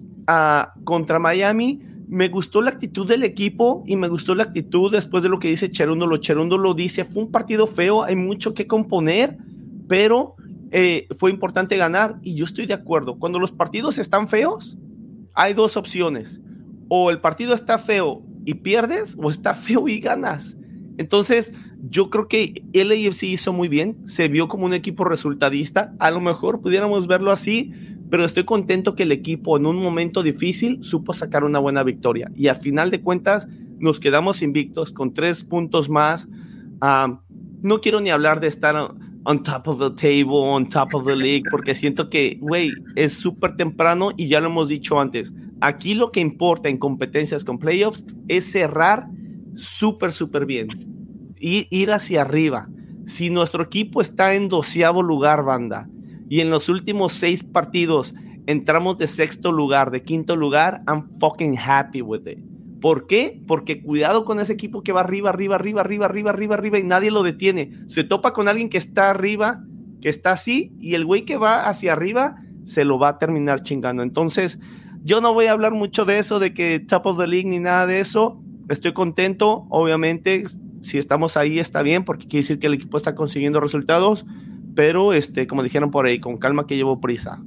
uh, contra Miami. Me gustó la actitud del equipo y me gustó la actitud después de lo que dice Cherúndolo. Cherúndolo dice, fue un partido feo, hay mucho que componer, pero eh, fue importante ganar y yo estoy de acuerdo. Cuando los partidos están feos, hay dos opciones. O el partido está feo y pierdes, o está feo y ganas. Entonces, yo creo que L A F C hizo muy bien, se vio como un equipo resultadista. A lo mejor pudiéramos verlo así, pero estoy contento que el equipo en un momento difícil supo sacar una buena victoria. Y al final de cuentas, nos quedamos invictos con tres puntos más. Um, no quiero ni hablar de estar on, on top of the table, on top of the league, porque siento que, güey, es súper temprano y ya lo hemos dicho antes. Aquí lo que importa en competencias con playoffs es cerrar súper, súper bien. Y ir hacia arriba. Si nuestro equipo está en doceavo lugar, banda, y en los últimos seis partidos entramos de sexto lugar, de quinto lugar, I'm fucking happy with it. ¿Por qué? Porque cuidado con ese equipo que va arriba, arriba, arriba, arriba, arriba, arriba, arriba y nadie lo detiene. Se topa con alguien que está arriba, que está así, y el güey que va hacia arriba se lo va a terminar chingando. Entonces, yo no voy a hablar mucho de eso, de que top of the league ni nada de eso. Estoy contento, obviamente, si estamos ahí está bien, porque quiere decir que el equipo está consiguiendo resultados, pero este, como dijeron por ahí, con calma que llevo prisa.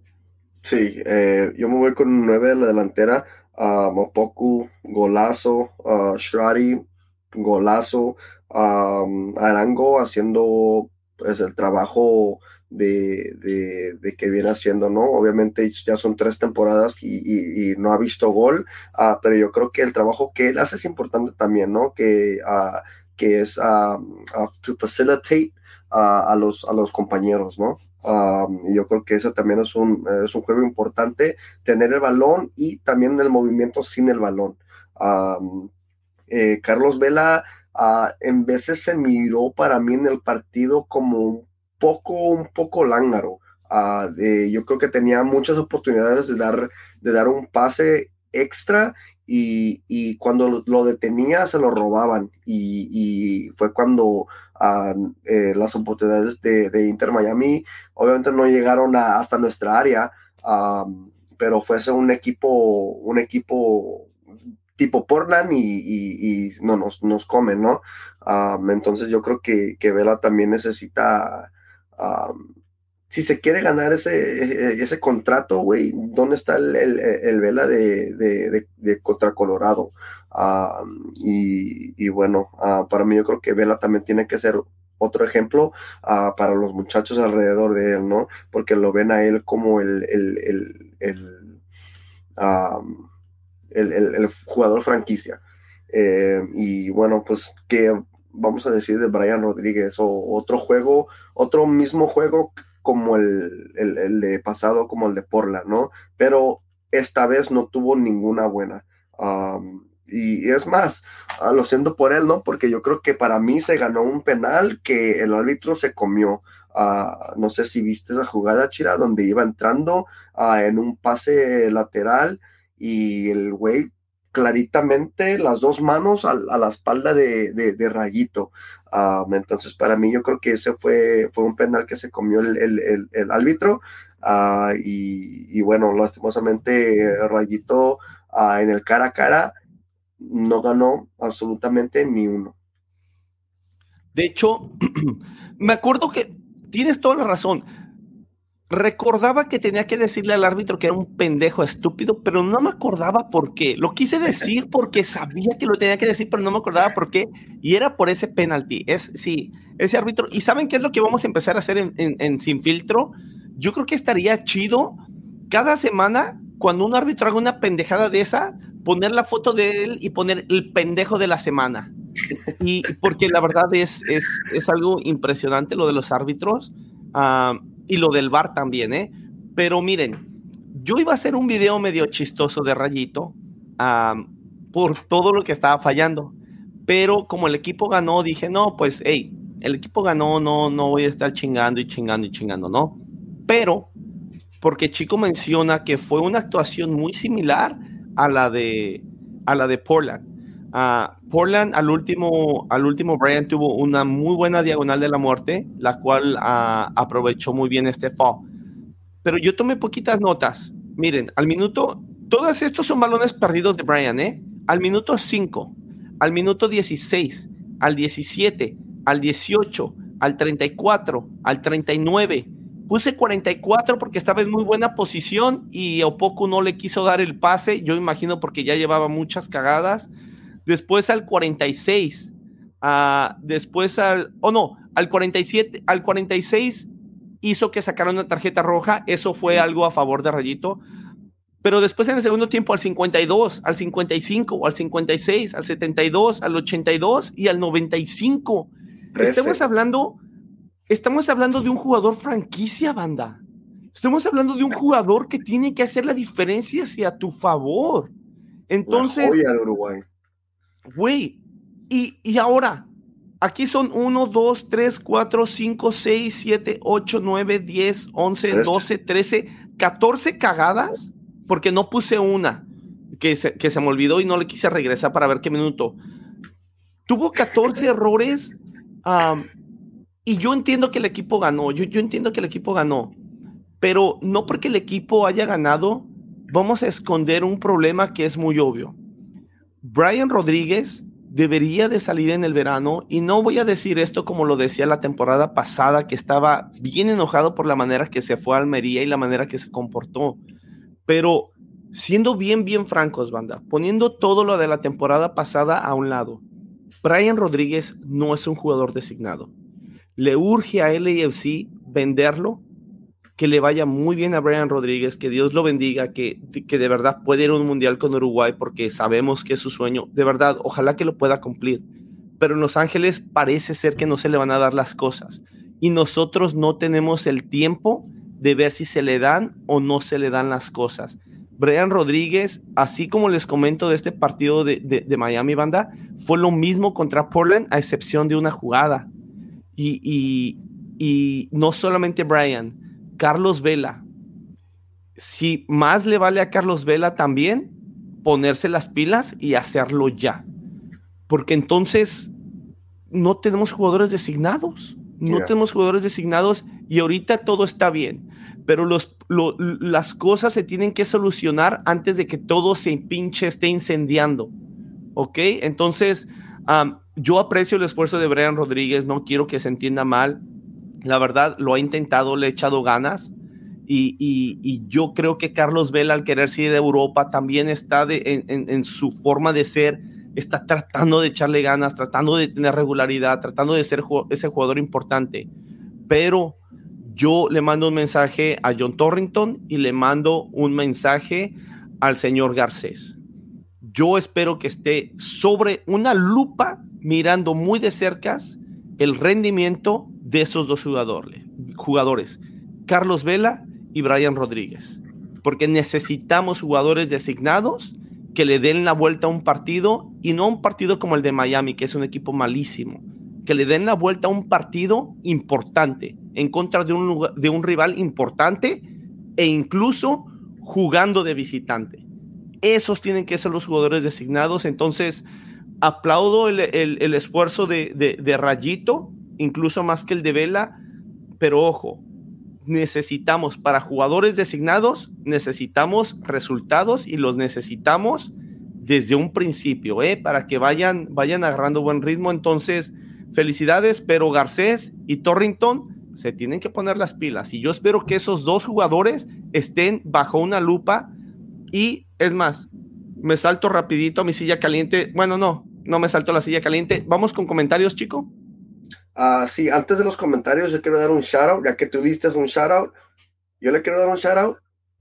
Sí, eh, yo me voy con nueve de la delantera, uh, Mopoku, golazo, uh, Shradi, golazo, um, Arango haciendo pues, el trabajo de, de, de que viene haciendo, ¿no? Obviamente ya son tres temporadas y, y, y no ha visto gol, uh, pero yo creo que el trabajo que él hace es importante también, ¿no? Que, uh, que es uh, uh, to facilitate uh, a, los, a los compañeros, ¿no? Um, y yo creo que eso también es un, es un juego importante, tener el balón y también el movimiento sin el balón. Um, eh, Carlos Vela uh, en veces se miró para mí en el partido como un poco, un poco lángaro. Uh, de, yo creo que tenía muchas oportunidades de dar, de dar un pase extra y, y cuando lo, lo detenía se lo robaban y, y fue cuando uh, eh, las oportunidades de, de Inter Miami obviamente no llegaron a, hasta nuestra área, um, pero fuese un equipo, un equipo tipo Portland y, y, y no nos, nos comen, ¿no? Um, entonces yo creo que, que Vela también necesita, um, si se quiere ganar ese, ese contrato, güey, ¿dónde está el, el, el Vela de, de, de, de contra Colorado? Um, y, y bueno, uh, para mí yo creo que Vela también tiene que ser otro ejemplo uh, para los muchachos alrededor de él, ¿no? Porque lo ven a él como el, el, el, el, um, el, el, el jugador franquicia. Eh, y bueno, pues, ¿qué vamos a decir de Brian Rodríguez? O otro juego, otro mismo juego como el, el, el de pasado, como el de Portland, ¿no? Pero esta vez no tuvo ninguna buena. Um, Y es más, uh, lo siento por él, ¿no? Porque yo creo que para mí se ganó un penal que el árbitro se comió. Uh, no sé si viste esa jugada, Chira, donde iba entrando uh, en un pase lateral y el güey claritamente las dos manos a, a la espalda de, de, de Rayito. Uh, entonces, para mí yo creo que ese fue, fue un penal que se comió el, el, el, el árbitro. Uh, y, y bueno, lastimosamente Rayito uh, en el cara a cara no ganó absolutamente ni uno. De hecho, me acuerdo que tienes toda la razón. Recordaba que tenía que decirle al árbitro que era un pendejo estúpido, pero no me acordaba por qué. Lo quise decir porque sabía que lo tenía que decir, pero no me acordaba por qué. Y era por ese penalti. Es, sí, ese árbitro. ¿Y saben qué es lo que vamos a empezar a hacer en, en, en Sin Filtro? Yo creo que estaría chido cada semana, cuando un árbitro haga una pendejada de esa, poner la foto de él y poner el pendejo de la semana. Y porque la verdad es, es, es algo impresionante lo de los árbitros uh, y lo del V A R también, ¿eh? Pero miren, yo iba a hacer un video medio chistoso de Rayito uh, por todo lo que estaba fallando, pero como el equipo ganó, dije, no, pues, hey, el equipo ganó, no, no voy a estar chingando y chingando y chingando, ¿no? Pero porque Chico menciona que fue una actuación muy similar a la de, a la de Portland. Uh, Portland al último, al último Bryant tuvo una muy buena diagonal de la muerte, la cual uh, aprovechó muy bien este foul. Pero yo tomé poquitas notas. Miren, al minuto, todos estos son balones perdidos de Bryant, ¿eh? Al minuto cinco, al minuto dieciséis, al diecisiete, al dieciocho, al treinta y cuatro, al treinta y nueve. Puse cuarenta y cuatro porque estaba en muy buena posición y Opoku no le quiso dar el pase, yo imagino porque ya llevaba muchas cagadas. Después al cuarenta y seis, uh, después al, oh no, al cuarenta y siete, al cuarenta y seis hizo que sacaran una tarjeta roja, eso fue algo a favor de Rayito. Pero después en el segundo tiempo al cincuenta y dos, al cincuenta y cinco, al cincuenta y seis, al setenta y dos, al ochenta y dos y al noventa y cinco. trece. Estamos hablando, estamos hablando de un jugador franquicia, banda. Estamos hablando de un jugador que tiene que hacer la diferencia hacia tu favor. Entonces, la joya de Uruguay. Güey, y, y ahora, aquí son uno, dos, tres, cuatro, cinco, seis, siete, ocho, nueve, diez, once, doce, trece, catorce cagadas, porque no puse una que se, que se me olvidó y no le quise regresar para ver qué minuto. Tuvo catorce errores um, y yo entiendo que el equipo ganó, yo, yo entiendo que el equipo ganó, pero no porque el equipo haya ganado, vamos a esconder un problema que es muy obvio. Brian Rodríguez debería de salir en el verano, y no voy a decir esto como lo decía la temporada pasada, que estaba bien enojado por la manera que se fue a Almería y la manera que se comportó, pero siendo bien, bien francos, banda, poniendo todo lo de la temporada pasada a un lado, Brian Rodríguez no es un jugador designado. Le urge a L A F C venderlo, que le vaya muy bien a Brian Rodríguez, que Dios lo bendiga, que, que de verdad puede ir a un mundial con Uruguay porque sabemos que es su sueño, de verdad, ojalá que lo pueda cumplir, pero en Los Ángeles parece ser que no se le van a dar las cosas y nosotros no tenemos el tiempo de ver si se le dan o no se le dan las cosas. Brian Rodríguez, así como les comento de este partido de, de, de Miami, banda, fue lo mismo contra Portland a excepción de una jugada y, y, y no solamente Brian, Carlos Vela, si más le vale a Carlos Vela también ponerse las pilas y hacerlo ya, porque entonces no tenemos jugadores designados, no yeah. tenemos jugadores designados y ahorita todo está bien, pero los, lo, las cosas se tienen que solucionar antes de que todo se pinche esté incendiando, ¿ok? Entonces, um, yo aprecio el esfuerzo de Brian Rodríguez, no quiero que se entienda mal. La verdad, lo ha intentado, le ha echado ganas y, y, y yo creo que Carlos Vela, al querer ir a Europa, también está de, en, en, en su forma de ser, está tratando de echarle ganas, tratando de tener regularidad, tratando de ser ese jugador importante. Pero yo le mando un mensaje a John Torrington y le mando un mensaje al señor Garcés. Yo espero que esté sobre una lupa, mirando muy de cerca el rendimiento de esos dos jugadores, jugadores, Carlos Vela y Brian Rodríguez, porque necesitamos jugadores designados que le den la vuelta a un partido, y no un partido como el de Miami, que es un equipo malísimo, que le den la vuelta a un partido importante, en contra de un, lugar, de un rival importante, e incluso jugando de visitante. Esos tienen que ser los jugadores designados. Entonces, aplaudo el, el, el esfuerzo de, de, de Rayito, incluso más que el de Vela, pero ojo, necesitamos, para jugadores designados, necesitamos resultados y los necesitamos desde un principio, ¿eh? Para que vayan, vayan agarrando buen ritmo. Entonces, felicidades, pero Garcés y Torrington se tienen que poner las pilas y yo espero que esos dos jugadores estén bajo una lupa. Y es más, me salto rapidito a mi silla caliente. Bueno, no, no me salto a la silla caliente. Vamos con comentarios, chico. Uh, sí, antes de los comentarios, yo quiero dar un shout out, ya que tú diste un shout out. Yo le quiero dar un shout out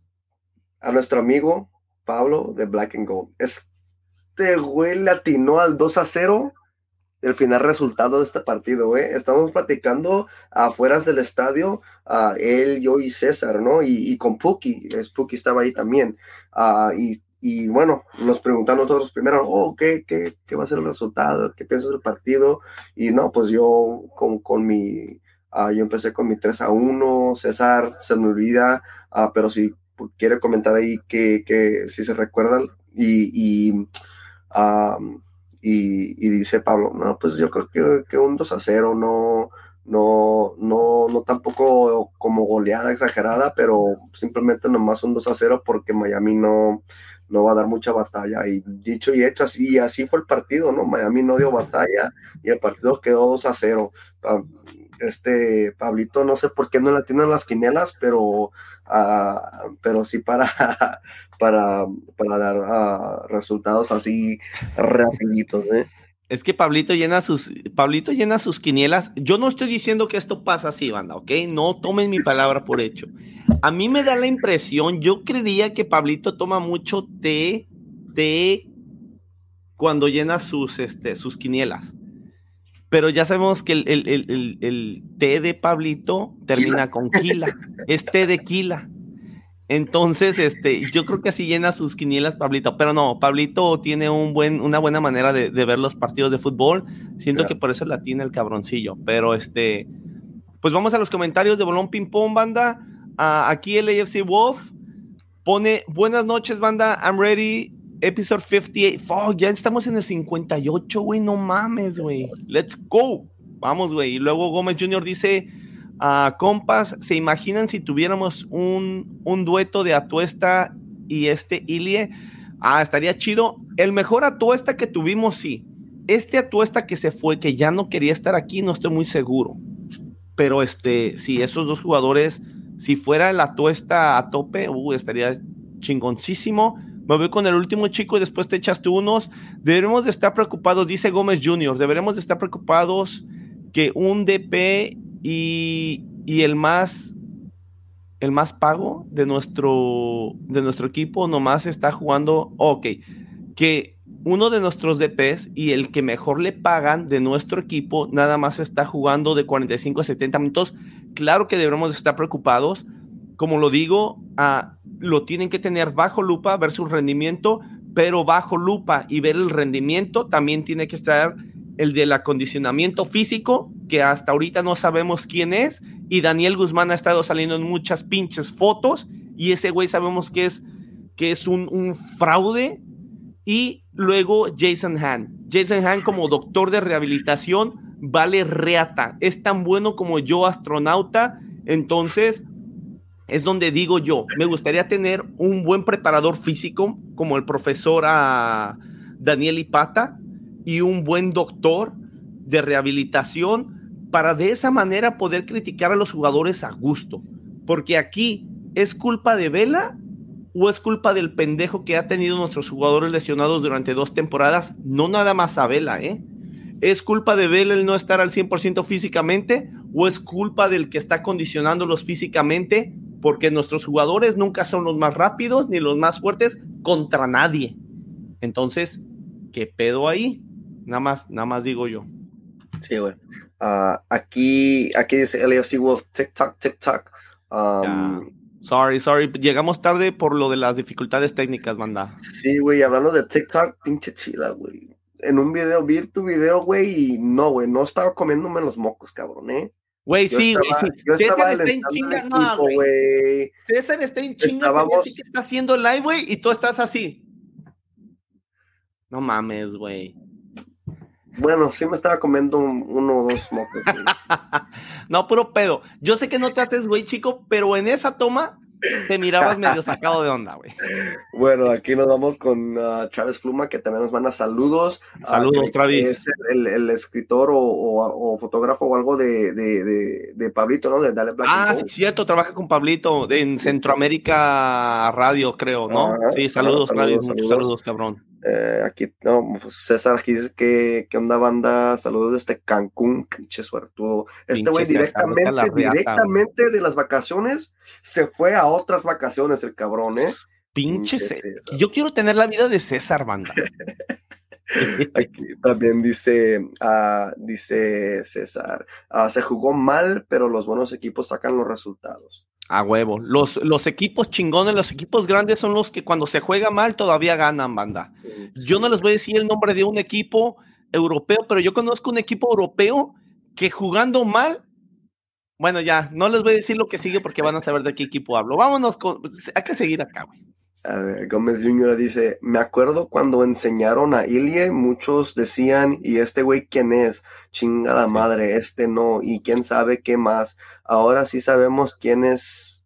a nuestro amigo Pablo de Black and Gold. Este güey le atinó al dos a cero el final resultado de este partido, ¿eh? Estamos platicando afuera del estadio, uh, él, yo y César, ¿no? Y, y con Puki, Puki estaba ahí también. Uh, y, y bueno, nos preguntaron todos primero, oh, ¿qué, qué, ¿qué va a ser el resultado? ¿Qué piensas del partido? Y no, pues yo con, con mi Uh, yo empecé con mi tres a uno. César se me olvida, uh, pero si quiere comentar ahí que, que si se recuerdan. Y, y, um, y, y dice Pablo, no, pues yo creo que, que un dos a cero, no, no, no, no tampoco como goleada exagerada, pero simplemente nomás un dos a cero porque Miami no, no va a dar mucha batalla. Y dicho y hecho, así, y así fue el partido, ¿no? Miami no dio batalla y el partido quedó dos a cero. Este Pablito, no sé por qué no la tienen las quinielas, pero, uh, pero sí para, para, para dar uh, resultados así rapiditos, ¿eh? Es que Pablito llena sus, Pablito llena sus quinielas. Yo no estoy diciendo que esto pasa así, banda, ¿ok? No tomen mi palabra por hecho. A mí me da la impresión, yo creería que Pablito toma mucho té, té cuando llena sus, este, sus quinielas. Pero ya sabemos que el, el, el, el, el té de Pablito termina con quila. Es té de quila. Entonces, este, yo creo que así llena sus quinielas Pablito, pero no, Pablito tiene un buen, una buena manera de, de ver los partidos de fútbol. Siento yeah. que por eso la tiene el cabroncillo. Pero este, pues vamos a los comentarios de Bolón Ping Pong, banda. Uh, aquí el A F C Wolf pone, buenas noches, banda, I'm ready, episode cincuenta y ocho. Fuck, ya estamos en el cincuenta y ocho, güey, no mames, güey. Let's go. Vamos, güey. Y luego Gómez junior dice... Uh, compas, ¿se imaginan si tuviéramos un, un dueto de Atuesta y este Ilie? Ah, estaría chido. El mejor Atuesta que tuvimos, sí. Este Atuesta que se fue, que ya no quería estar aquí, no estoy muy seguro. Pero este, sí, esos dos jugadores, si fuera el Atuesta a tope, uh, estaría chingoncísimo. Me voy con el último chico y después te echas tú unos. Deberemos de estar preocupados, dice Gómez junior, deberemos de estar preocupados que un D P Y, y el más el más pago de nuestro de nuestro equipo nomás está jugando, ok, que uno de nuestros D Ps y el que mejor le pagan de nuestro equipo nada más está jugando de cuarenta y cinco a setenta minutos. Claro que debemos estar preocupados, como lo digo, uh, lo tienen que tener bajo lupa, ver su rendimiento, pero bajo lupa y ver el rendimiento también tiene que estar el del acondicionamiento físico, que hasta ahorita no sabemos quién es, y Daniel Guzmán ha estado saliendo en muchas pinches fotos, y ese güey sabemos que es, que es un, un fraude, y luego Jason Han. Jason Han como doctor de rehabilitación vale reata, es tan bueno como yo astronauta, entonces es donde digo yo, me gustaría tener un buen preparador físico, como el profesor a Daniel Ipata, y un buen doctor de rehabilitación para de esa manera poder criticar a los jugadores a gusto. Porque aquí, ¿es culpa de Vela o es culpa del pendejo que ha tenido nuestros jugadores lesionados durante dos temporadas? No nada más a Vela, ¿eh? ¿Es culpa de Vela el no estar al cien por ciento físicamente o es culpa del que está condicionándolos físicamente? Porque nuestros jugadores nunca son los más rápidos ni los más fuertes contra nadie. Entonces, ¿qué pedo ahí? Nada más, nada más digo yo. Sí, güey. Uh, aquí, aquí dice L F C Wolf, TikTok, TikTok. Um, yeah. Sorry, sorry. Llegamos tarde por lo de las dificultades técnicas, banda. Sí, güey. Hablando de TikTok, pinche chila, güey. En un video, vi tu video, güey, y no, güey, no estaba comiéndome los mocos, cabrón, ¿eh? Güey, sí, güey, sí. César está en chinga, no, güey. César está en chinga, Estábamos... así que está haciendo live, güey, y tú estás así. No mames, güey. Bueno, sí me estaba comiendo un, uno o dos mocos. No, puro pedo. Yo sé que no te haces, güey, chico, pero en esa toma te mirabas medio sacado de onda, güey. Bueno, aquí nos vamos con uh, Travis Pluma, que también nos manda saludos. Saludos, uh, Travis. Es el, el, el escritor o, o, o fotógrafo o algo de, de, de, de Pablito, ¿no? De Dale Black. Ah, sí, cierto, trabaja con Pablito en Centroamérica Radio, creo, ¿no? Ajá, sí, saludos, ajá, Travis, saludos, muchos saludos, saludos cabrón. Eh, aquí, no, pues César aquí dice que, que onda banda, saludos desde Cancún, pinche suertudo. Este güey directamente, reata, directamente wey. de las vacaciones se fue a otras vacaciones el cabrón, ¿eh? Pinche, pinche César. Yo quiero tener la vida de César, banda. Aquí también dice, uh, dice César, uh, se jugó mal, pero los buenos equipos sacan los resultados. A huevo. Los, los equipos chingones, los equipos grandes son los que cuando se juega mal todavía ganan, banda. Sí. Yo no les voy a decir el nombre de un equipo europeo, pero yo conozco un equipo europeo que jugando mal Bueno, ya, no les voy a decir lo que sigue porque van a saber de qué equipo hablo. Vámonos, con, hay que seguir acá, güey. A ver, Gómez junior dice, me acuerdo cuando enseñaron a Ilie, muchos decían, ¿y este güey quién es? Chingada sí. madre, este no, y quién sabe qué más. Ahora sí sabemos quién es...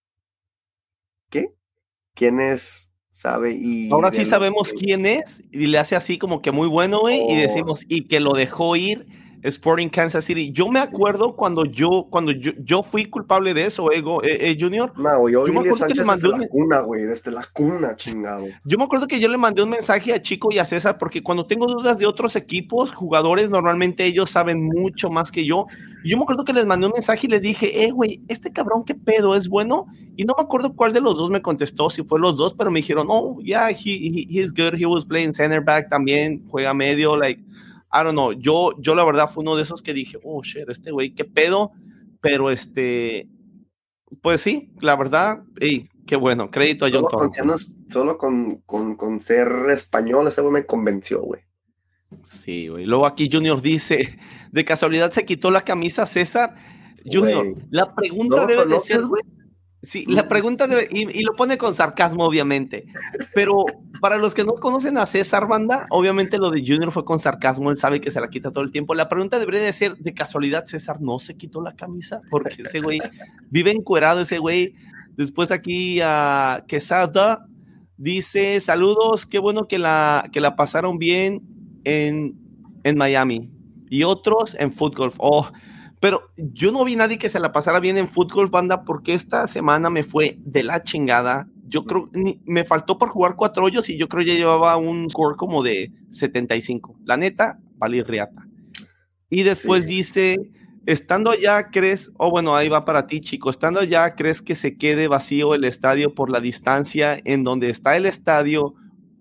¿Qué? ¿Quién es? Sabe y... Ahora sí sabemos que... quién es, y le hace así como que muy bueno, güey, oh. y decimos, y que lo dejó ir Sporting Kansas City. Yo me acuerdo cuando yo cuando yo, yo fui culpable de eso, eh, eh, Junior. No, yo, yo me acuerdo que le mandé desde un... la cuna, güey, desde la cuna, chingado. Yo me acuerdo que yo le mandé un mensaje a Chico y a César, porque cuando tengo dudas de otros equipos, jugadores, normalmente ellos saben mucho más que yo. Y yo me acuerdo que les mandé un mensaje y les dije, eh, güey, este cabrón, ¿qué pedo? ¿Es bueno? Y no me acuerdo cuál de los dos me contestó, si fue los dos, pero me dijeron, oh, yeah, he, he, he's good, he was playing center back también, juega medio, like... I don't know, yo, yo la verdad fue uno de esos que dije, oh shit, este güey, qué pedo, pero este, pues sí, la verdad, hey, qué bueno, crédito a John Thornton. Solo con, con, con ser español, este güey me convenció, güey. Sí, güey. Luego aquí Junior dice, de casualidad se quitó la camisa César. Junior, wey, la pregunta ¿no debe conoces, de ser, güey. Sí, la pregunta debe, y, y lo pone con sarcasmo, obviamente. Pero para los que no conocen a César, banda, obviamente lo de Junior fue con sarcasmo, él sabe que se la quita todo el tiempo. La pregunta debería de ser, de casualidad, César no se quitó la camisa, porque ese güey vive encuerado, ese güey. Después aquí a uh, Quesada dice, saludos, qué bueno que la, que la pasaron bien en, en Miami. Y otros en Foot Golf. Oh, pero yo no vi nadie que se la pasara bien en fútbol, banda, porque esta semana me fue de la chingada. Yo creo, ni, me faltó por jugar cuatro hoyos y yo creo ya llevaba un score como de setenta y cinco. La neta, valí riata. Y después sí. dice, estando allá, ¿crees? Oh, bueno, ahí va para ti, chico. Estando allá, ¿crees que se quede vacío el estadio por la distancia en donde está el estadio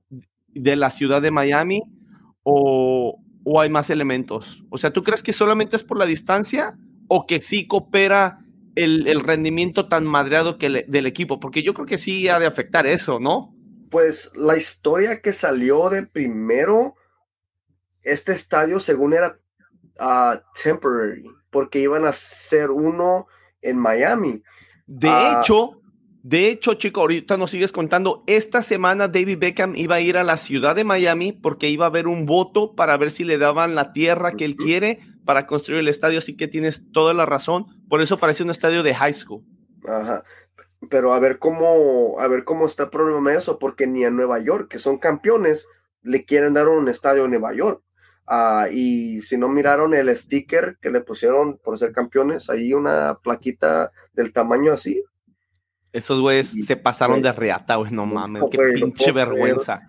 de la ciudad de Miami? ¿O... o hay más elementos? O sea, ¿tú crees que solamente es por la distancia o que sí coopera el, el rendimiento tan madreado que le, del equipo? Porque yo creo que sí ha de afectar eso, ¿no? Pues la historia que salió de primero, este estadio según era uh, temporary, porque iban a hacer uno en Miami. De uh, hecho... De hecho, chico, ahorita nos sigues contando, esta semana David Beckham iba a ir a la ciudad de Miami porque iba a haber un voto para ver si le daban la tierra que él quiere para construir el estadio, así que tienes toda la razón, por eso parece un estadio de high school. Ajá, pero a ver cómo, a ver cómo está el problema de eso, porque ni a Nueva York, que son campeones, le quieren dar un estadio en Nueva York. Uh, y si no miraron el sticker que le pusieron por ser campeones, ahí una plaquita del tamaño así. Esos güeyes se pasaron wey. de reata, güey, no mames, no, qué wey, pinche no vergüenza.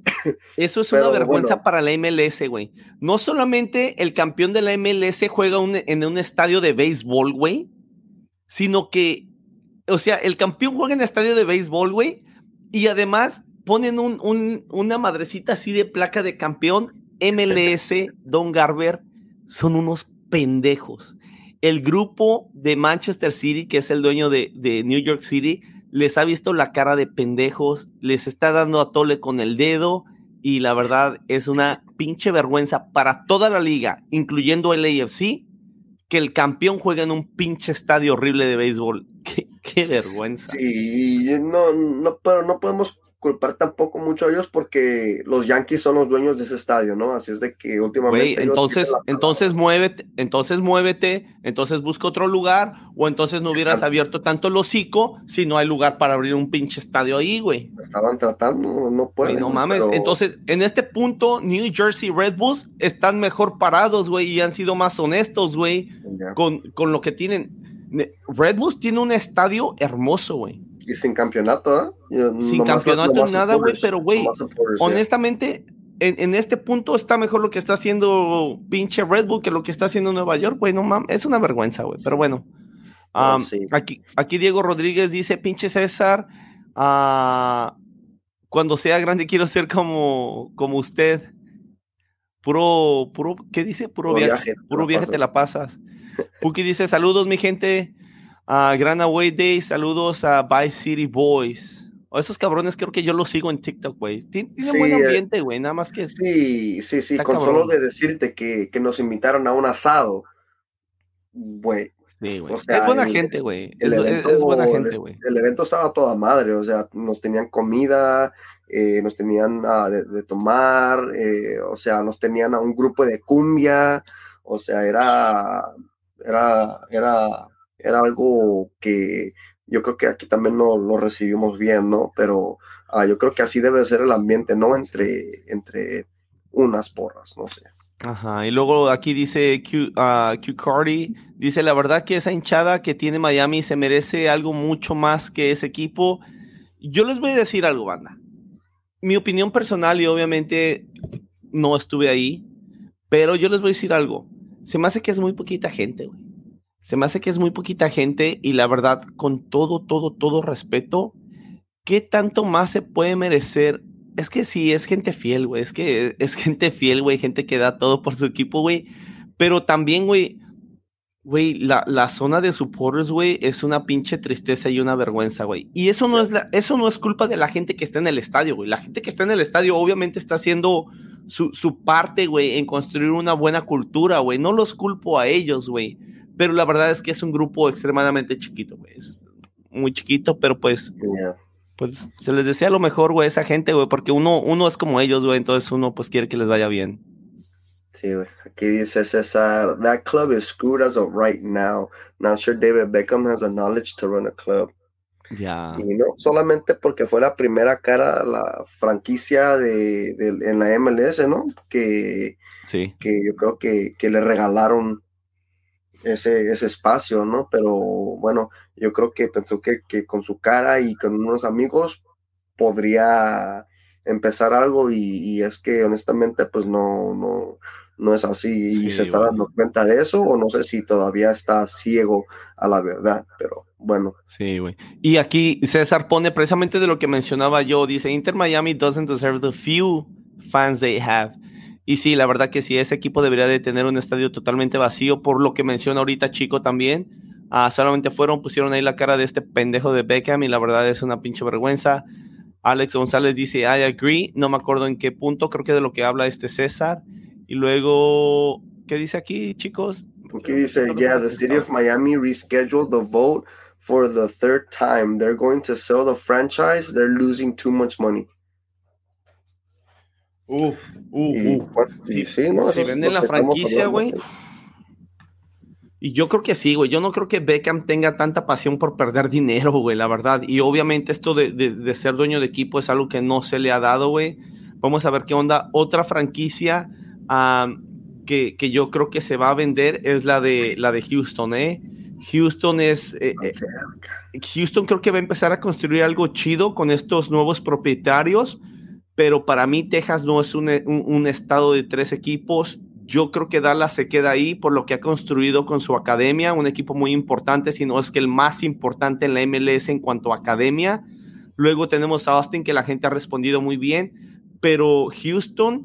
Eso es Pero, una vergüenza bueno. para la M L S, güey. No solamente el campeón de la M L S juega un, en un estadio de béisbol, güey, sino que, o sea, el campeón juega en estadio de béisbol, güey, y además ponen un, un, una madrecita así de placa de campeón. M L S, Don Garber, son unos pendejos. El grupo de Manchester City, que es el dueño de, de New York City, les ha visto la cara de pendejos, les está dando a tole con el dedo y la verdad es una pinche vergüenza para toda la liga, incluyendo el A F C, que el campeón juega en un pinche estadio horrible de béisbol. Qué, qué vergüenza. Sí, no, no, pero no podemos culpar tampoco mucho a ellos porque los Yankees son los dueños de ese estadio, ¿no? Así es de que últimamente... Wey, entonces, entonces muévete, entonces muévete, entonces busca otro lugar o entonces no hubieras Están... abierto tanto el hocico si no hay lugar para abrir un pinche estadio ahí, güey. Estaban tratando, no pueden. Wey, no mames, pero... entonces en este punto New Jersey Red Bulls están mejor parados, güey, y han sido más honestos, güey, con, con lo que tienen. Red Bulls tiene un estadio hermoso, güey. Y sin campeonato, ¿eh? Sin campeonato ni nada, güey, pero, güey, honestamente, en, en este punto está mejor lo que está haciendo pinche Red Bull que lo que está haciendo Nueva York, güey, no mames, es una vergüenza, güey, pero bueno. Um, oh, sí. aquí, aquí Diego Rodríguez dice, pinche César, uh, cuando sea grande quiero ser como, como usted. Puro, puro, ¿qué dice? Puro, puro viaje, viaje, puro viaje te la pasas. Puki dice, saludos, mi gente. Uh, Gran Away Day, saludos a Vice City Boys. O oh, esos cabrones creo que yo los sigo en TikTok, güey. Tienen sí, buen ambiente, güey, nada más que... Sí, sí, sí, con cabrón. Solo de decirte que, que nos invitaron a un asado, güey, Sí, güey. O sea, es buena el, gente, güey. El es, evento, es buena gente, güey. El, el evento estaba a toda madre, o sea, nos tenían comida, eh, nos tenían uh, de, de tomar, eh, o sea, nos tenían a un grupo de cumbia, o sea, era, era, era, era algo que yo creo que aquí también lo, lo recibimos bien, ¿no? Pero uh, yo creo que así debe ser el ambiente, ¿no? Entre, entre unas porras, no sé. Ajá, y luego aquí dice Q, uh, Q Cardi, dice, la verdad que esa hinchada que tiene Miami se merece algo mucho más que ese equipo. Yo les voy a decir algo, banda. Mi opinión personal, y obviamente no estuve ahí, pero yo les voy a decir algo. Se me hace que es muy poquita gente, güey. Se me hace que es muy poquita gente y la verdad, con todo, todo, todo respeto, ¿qué tanto más se puede merecer? Es que sí, es gente fiel, güey. Es que es gente fiel, güey. Gente que da todo por su equipo, güey. Pero también, güey, güey, la, la zona de supporters, güey, es una pinche tristeza y una vergüenza, güey. Y eso no, es la, eso no es culpa de la gente que está en el estadio, güey. La gente que está en el estadio obviamente está haciendo su, su parte, güey, en construir una buena cultura, güey. No los culpo a ellos, güey. Pero la verdad es que es un grupo extremadamente chiquito, güey. Es muy chiquito, pero pues... Yeah. Pues se les desea lo mejor, güey, a esa gente, güey, porque uno, uno es como ellos, güey, entonces uno pues quiere que les vaya bien. Sí, güey. Aquí dice César, that club is screwed as of right now. Not sure David Beckham has the knowledge to run a club. Ya. Yeah. Y no solamente porque fue la primera cara, la franquicia de, de, en la M L S, ¿no? Que, sí. que yo creo que, que le regalaron ese, ese espacio, ¿no? Pero bueno, yo creo que pensó que, que con su cara y con unos amigos podría empezar algo y, y es que honestamente pues no, no, no es así y sí, se está bueno. dando cuenta de eso o no sé si todavía está ciego a la verdad, pero bueno. Sí, güey. Y aquí César pone precisamente de lo que mencionaba yo, dice Inter Miami doesn't deserve the few fans they have. Y sí, la verdad que sí, ese equipo debería de tener un estadio totalmente vacío, por lo que menciona ahorita Chico también. Uh, solamente fueron, pusieron ahí la cara de este pendejo de Beckham y la verdad es una pinche vergüenza. Alex González dice, I agree, no me acuerdo en qué punto, creo que de lo que habla este César. Y luego, ¿qué dice aquí, chicos? Aquí dice, yeah, the city of Miami rescheduled the vote for the third time. They're going to sell the franchise. They're losing too much money. Uh, uh, y, uh. Bueno, si, sí, ¿no? si venden la franquicia, güey. Y yo creo que sí, güey. Yo no creo que Beckham tenga tanta pasión por perder dinero, güey, la verdad. Y obviamente esto de, de, de ser dueño de equipo es algo que no se le ha dado, güey. Vamos a ver qué onda. Otra franquicia um, que, que yo creo que se va a vender es la de, la de Houston, ¿eh? Houston es... Eh, eh, Houston creo que va a empezar a construir algo chido con estos nuevos propietarios, pero para mí Texas no es un, un, un estado de tres equipos. Yo creo que Dallas se queda ahí por lo que ha construido con su academia, un equipo muy importante, si no es que el más importante en la M L S en cuanto a academia. Luego tenemos a Austin, que la gente ha respondido muy bien, pero Houston,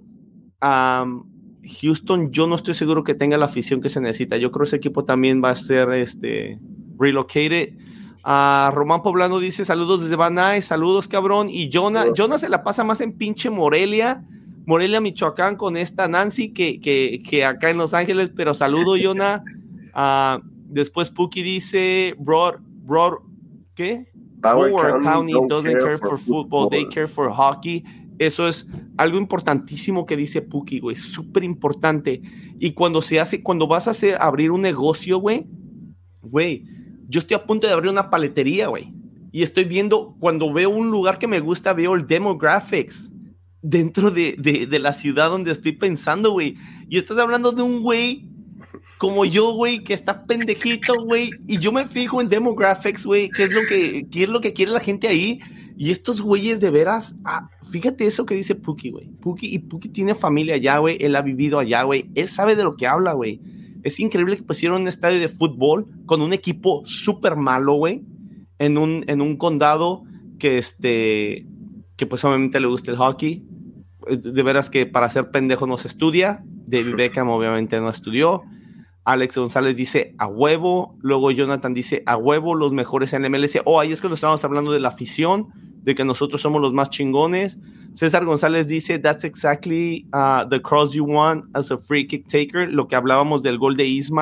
um, Houston yo no estoy seguro que tenga la afición que se necesita. Yo creo que ese equipo también va a ser este, relocated. Uh, Román Poblano dice, saludos desde Van Nuys, saludos cabrón. Y Jonah, Jonah se la pasa más en pinche Morelia, Morelia, Michoacán, con esta Nancy que, que, que acá en Los Ángeles, pero saludo, Jonah. Uh, después Puki dice, Broad, Broad, ¿qué? Broward County, County doesn't care for football, they care for hockey. Eso es algo importantísimo que dice Puki, güey, súper importante. Y cuando se hace, cuando vas a hacer, abrir un negocio, güey, güey, yo estoy a punto de abrir una paletería, güey. Y estoy viendo, cuando veo un lugar que me gusta, veo el demographics dentro de, de, de la ciudad donde estoy pensando, güey. Y estás hablando de un güey como yo, güey, que está pendejito, güey. Y yo me fijo en demographics, güey, qué es lo que, qué es lo que quiere la gente ahí. Y estos güeyes de veras, ah, fíjate eso que dice Puki, güey. Puki, y Puki tiene familia allá, güey. Él ha vivido allá, güey. Él sabe de lo que habla, güey. Es increíble que pusieron un estadio de fútbol con un equipo súper malo, güey, en un, en un condado que, este, que pues obviamente le gusta el hockey. De veras que para ser pendejo no se estudia. David Beckham obviamente no estudió. Alex González dice a huevo. Luego Jonathan dice a huevo, los mejores en M L S. Oh, ahí es cuando estábamos hablando de la afición, de que nosotros somos los más chingones. César González dice, that's exactly uh, the cross you want as a free kick taker. Lo que hablábamos del gol de Isma,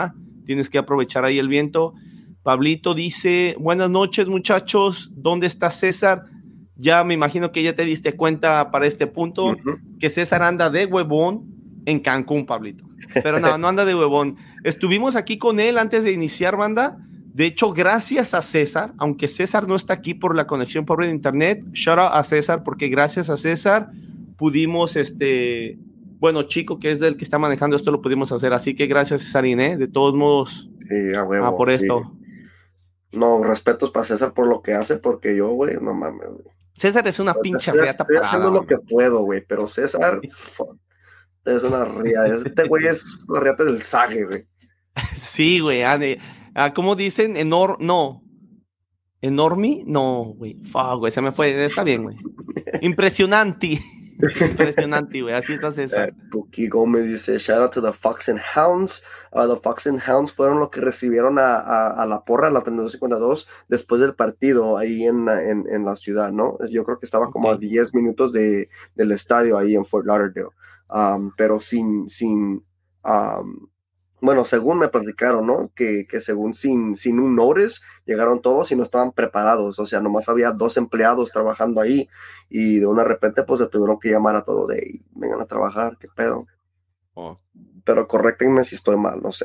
tienes que aprovechar ahí el viento. Pablito dice, buenas noches muchachos, ¿dónde está César? Ya me imagino que ya te diste cuenta para este punto uh-huh. que César anda de huevón en Cancún, Pablito. Pero no, no anda de huevón. Estuvimos aquí con él antes de iniciar, banda. De hecho, gracias a César, aunque César no está aquí por la conexión pobre de internet, shout out a César, porque gracias a César pudimos, este, bueno, Chico, que es el que está manejando esto, lo pudimos hacer. Así que gracias, Cesarín, ¿eh? De todos modos, sí, a huevo, ah, por sí. esto. No, respetos para César por lo que hace, porque yo, güey, no mames, güey. César es una pinche estoy, riata Estoy parada, haciendo ¿no? lo que puedo, güey, pero César fuck, es una riata. Este güey es una riata del sague, güey. Sí, güey. Ah, ¿cómo dicen? Enor... No. ¿Enorme? No, güey. Fuck, güey. Se me fue. Está bien, güey. Impresionante. Impresionante, güey. Así está César. Eh, Puki Gómez dice, shout out to the Fox and Hounds. Uh, the Fox and Hounds fueron los que recibieron a, a, a la porra, la treinta y dos cincuenta y dos, después del partido ahí en, en, en la ciudad, ¿no? Yo creo que estaba como okay. a diez minutos de, del estadio ahí en Fort Lauderdale. Um, pero sin, sin, um, bueno, según me platicaron, ¿no? Que, que según sin, sin un notice, llegaron todos y no estaban preparados. O sea, nomás había dos empleados trabajando ahí y de una repente pues se tuvieron que llamar a todos de hey, vengan a trabajar, qué pedo. Oh. Pero corréctenme si estoy mal, no sé.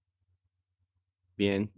Bien.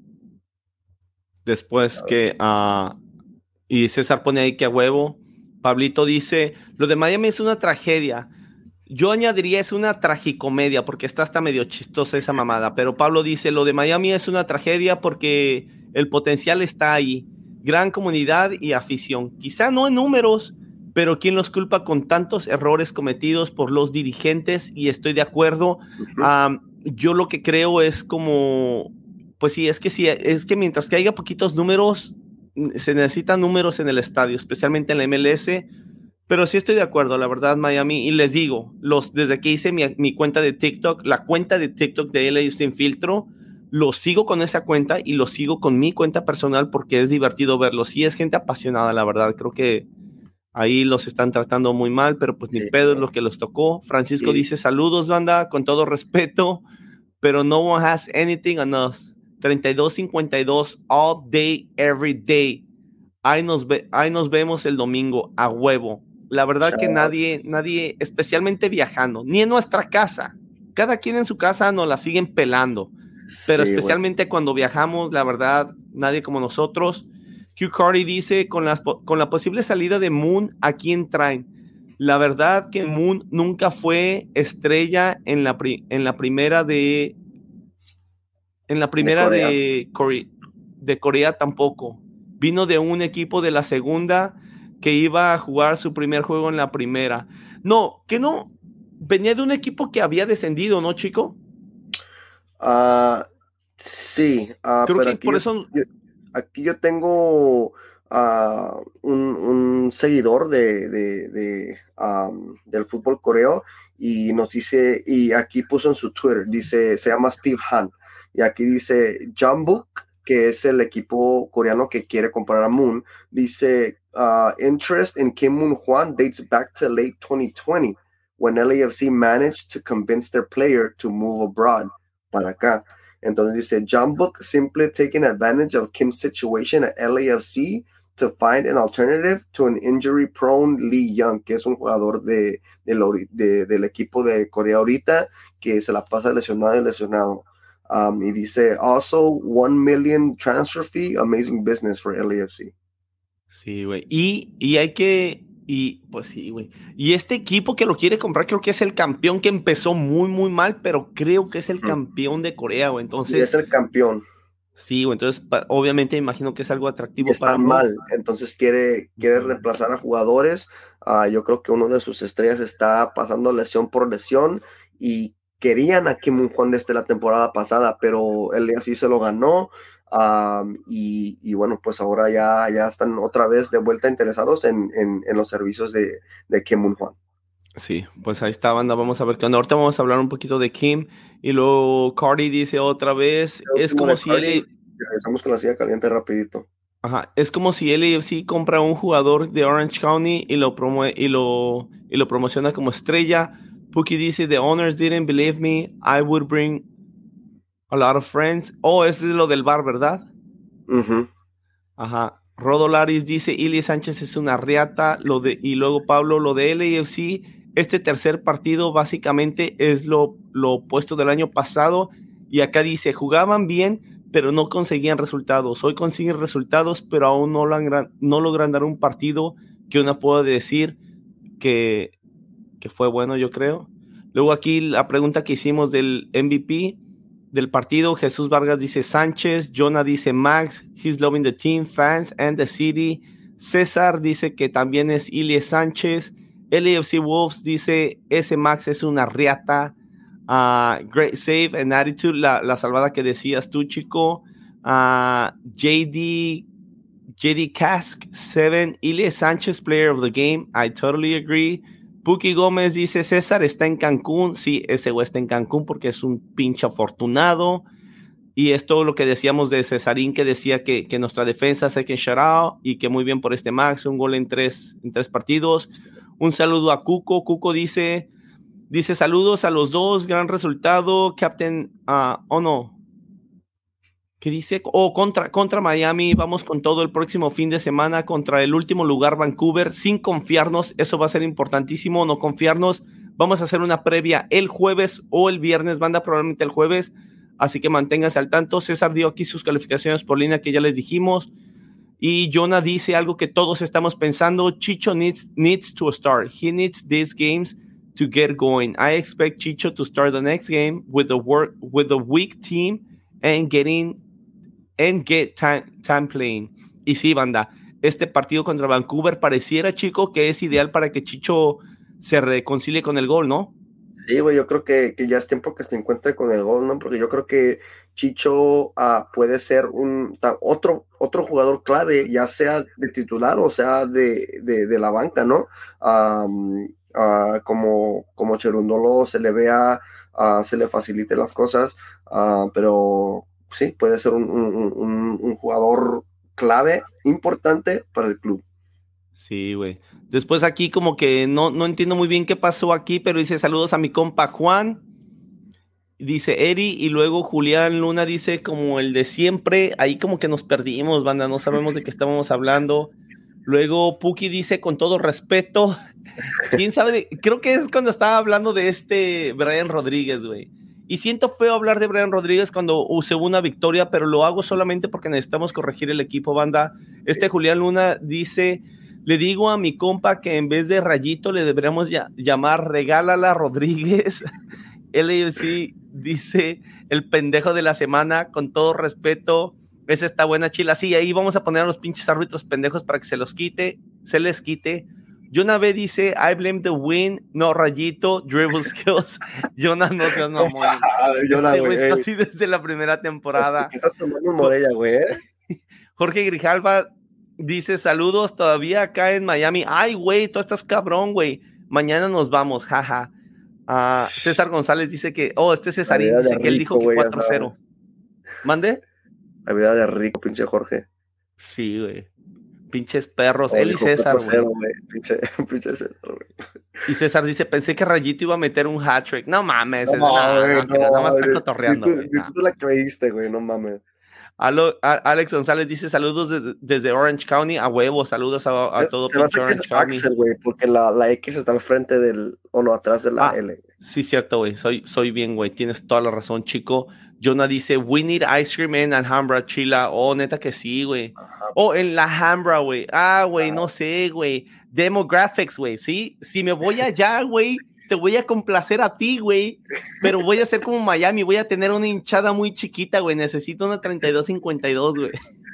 Después que, uh, y César pone ahí que a huevo, Pablito dice, lo de Miami es una tragedia. Yo añadiría es una tragicomedia porque está hasta medio chistosa esa mamada, pero Pablo dice, lo de Miami es una tragedia porque el potencial está ahí, gran comunidad y afición, quizá no en números, pero ¿quién los culpa con tantos errores cometidos por los dirigentes? Y estoy de acuerdo, uh-huh. um, yo lo que creo es como, pues sí, es que sí, es que mientras que haya poquitos números, se necesitan números en el estadio, especialmente en la M L S. Pero sí estoy de acuerdo, la verdad, Miami, y les digo, los, desde que hice mi, mi cuenta de TikTok, la cuenta de TikTok de L A Sin Filtro, lo sigo con esa cuenta y lo sigo con mi cuenta personal porque es divertido verlos. Sí, es gente apasionada, la verdad, creo que ahí los están tratando muy mal, pero pues ni sí, pedo es lo que los tocó. Francisco sí. dice, saludos, banda, con todo respeto, pero no one has anything on us. treinta y dos cincuenta y dos, all day, every day. Ahí nos, ve, ahí nos vemos el domingo, a huevo. La verdad Chao. que nadie, nadie, especialmente viajando, ni en nuestra casa, cada quien en su casa nos la siguen pelando, sí, pero especialmente bueno. cuando viajamos, la verdad, nadie como nosotros. Q Cardi dice, con, las, con la posible salida de Moon, ¿a quién traen? La verdad que Moon nunca fue estrella en la, pri, en la primera de, en la primera de Corea. De, Corea, de Corea tampoco. Vino de un equipo de la segunda que iba a jugar su primer juego en la primera. No, que no, venía de un equipo que había descendido, ¿no, chico? Uh, sí. Uh, Creo pero que aquí por yo, eso... Yo, aquí yo tengo uh, un, un seguidor de, de, de, um, del fútbol coreano y nos dice, y aquí puso en su Twitter, dice, se llama Steve Han, y aquí dice, Jeonbuk, que es el equipo coreano que quiere comprar a Moon, dice, uh, interest in Kim Moon-hwan dates back to late twenty twenty, when L A F C managed to convince their player to move abroad, para acá. Entonces dice, Jeonbuk simply taking advantage of Kim's situation at L A F C to find an alternative to an injury-prone Lee Young, que es un jugador de, de, de, del equipo de Corea ahorita, que se la pasa lesionado y lesionado. Um, y dice, also one million transfer fee, amazing business for L A F C. Sí, güey. Y, y hay que, y pues sí, güey. Y este equipo que lo quiere comprar, creo que es el campeón que empezó muy, muy mal, pero creo que es el hmm. campeón de Corea, güey. Entonces. Y es el campeón. Sí, güey. Entonces, pa, obviamente, imagino que es algo atractivo y está para mal. Entonces, quiere, quiere reemplazar a jugadores. Uh, yo creo que uno de sus estrellas está pasando lesión por lesión y querían a Kim Moon-hwan desde la temporada pasada, pero él así se lo ganó, um, y, y bueno, pues ahora ya, ya están otra vez de vuelta interesados en, en, en los servicios de, de Kim Moon-hwan. Sí, pues ahí está, banda, vamos a ver qué onda. Ahorita vamos a hablar un poquito de Kim, y luego Cardi dice otra vez, es como si Cardi, él... Regresamos con la silla caliente rapidito. Ajá, es como si L A F C compra un jugador de Orange County y lo, promueve, y lo, y lo promociona como estrella. Puki dice, the owners didn't believe me, I would bring A lot of friends. Oh, este es lo del bar, ¿verdad? Uh-huh. Ajá. Rodolaris dice, Ilie Sánchez es una riata. Lo de, y luego Pablo, lo de L A F C, este tercer partido básicamente es lo, lo opuesto del año pasado. Y acá dice, jugaban bien, pero no conseguían resultados. Hoy consiguen resultados, pero aún no logran, no logran dar un partido que uno pueda decir que, que fue bueno, yo creo. Luego aquí la pregunta que hicimos del M V P del partido, Jesús Vargas dice Sánchez, Jonah dice Max, he's loving the team, fans and the city. César dice que también es Ilie Sánchez. L A F C Wolves dice, ese Max es una riata. Uh, great save and attitude, la, la salvada que decías tú, chico. Uh, J D J D Cask seven, Ilie Sánchez, player of the game. I totally agree. Puki Gómez dice, César está en Cancún. Sí, ese güey está en Cancún porque es un pinche afortunado. Y es todo lo que decíamos de Cesarín, que decía que, que nuestra defensa second shutout y que muy bien por este Max, un gol en tres, en tres partidos. Un saludo a Cuco. Cuco dice, dice saludos a los dos, gran resultado. Captain, uh, oh no. ¿Qué dice? Oh, contra, contra Miami, vamos con todo el próximo fin de semana contra el último lugar Vancouver, sin confiarnos, eso va a ser importantísimo, no confiarnos. Vamos a hacer una previa el jueves o el viernes, banda, probablemente el jueves, así que manténganse al tanto. César dio aquí sus calificaciones por línea que ya les dijimos, y Jonah dice algo que todos estamos pensando, Chicho needs, needs to start, he needs these games to get going. I expect Chicho to start the next game with the work, with the weak team and getting and get time, time playing. Y sí, banda, este partido contra Vancouver pareciera, chico, que es ideal para que Chicho se reconcilie con el gol, ¿no? Sí, güey, yo creo que, que ya es tiempo que se encuentre con el gol, ¿no? Porque yo creo que Chicho uh, puede ser un ta, otro, otro jugador clave, ya sea de titular o sea de, de, de la banca, ¿no? Um, uh, como, como Cherundolo se le vea, uh, se le facilite las cosas, uh, pero sí, puede ser un, un, un, un jugador clave, importante para el club. Sí, güey. Después aquí como que no, no entiendo muy bien qué pasó aquí, pero dice saludos a mi compa Juan. Dice Eri, y luego Julián Luna dice como el de siempre. Ahí como que nos perdimos, banda, no sabemos de qué estábamos hablando. Luego Puki dice con todo respeto. ¿Quién sabe? De... Creo que es cuando estaba hablando de este Brian Rodríguez, güey. Y siento feo hablar de Brian Rodríguez cuando se hubo una victoria, pero lo hago solamente porque necesitamos corregir el equipo, banda. Este Julián Luna dice, le digo a mi compa que en vez de Rayito le deberíamos ya, llamar Regálala Rodríguez. Él sí dice, el pendejo de la semana, con todo respeto. Esa está buena, chila. Sí, ahí vamos a poner a los pinches árbitros pendejos para que se los quite, se les quite. Jonah B dice, I blame the win, no Rayito, dribble skills. Jonah no seas mamón. Jonah, este güey. Está así desde la primera temporada. ¿Qué estás tomando Morella, güey? Jorge Grijalva dice, saludos todavía acá en Miami. Ay, güey, tú estás cabrón, güey. Mañana nos vamos, jaja. Uh, César González dice que, oh, este Cesarín dice que rico, él dijo que cuatro cero. ¿Mande? La vida de rico, pinche Jorge. Sí, güey. Pinches perros, oh, él y César, güey. Pinche, pinche César, güey. Y César dice, pensé que Rayito iba a meter un hat-trick. No mames, no, es, no, no, no, nada más está cotorreando. Ni tú, tú te la creíste, güey, no mames. Alo, a, Alex González dice, saludos de, desde Orange County, a huevo, saludos a, a todo se pinche Orange County. Axel, güey, porque la, la X está al frente del, o no, atrás de la ah, L. Sí, cierto, güey, soy, soy bien, güey, tienes toda la razón, chico. Jonah dice, we need ice cream en Alhambra, Chila. Oh, neta que sí, güey. Oh, en la Alhambra, güey. Ah, güey, no sé, güey. Demographics, güey, ¿sí? Si me voy allá, güey, te voy a complacer a ti, güey. Pero voy a ser como Miami, voy a tener una hinchada muy chiquita, güey. Necesito una treinta y dos cincuenta y dos, güey.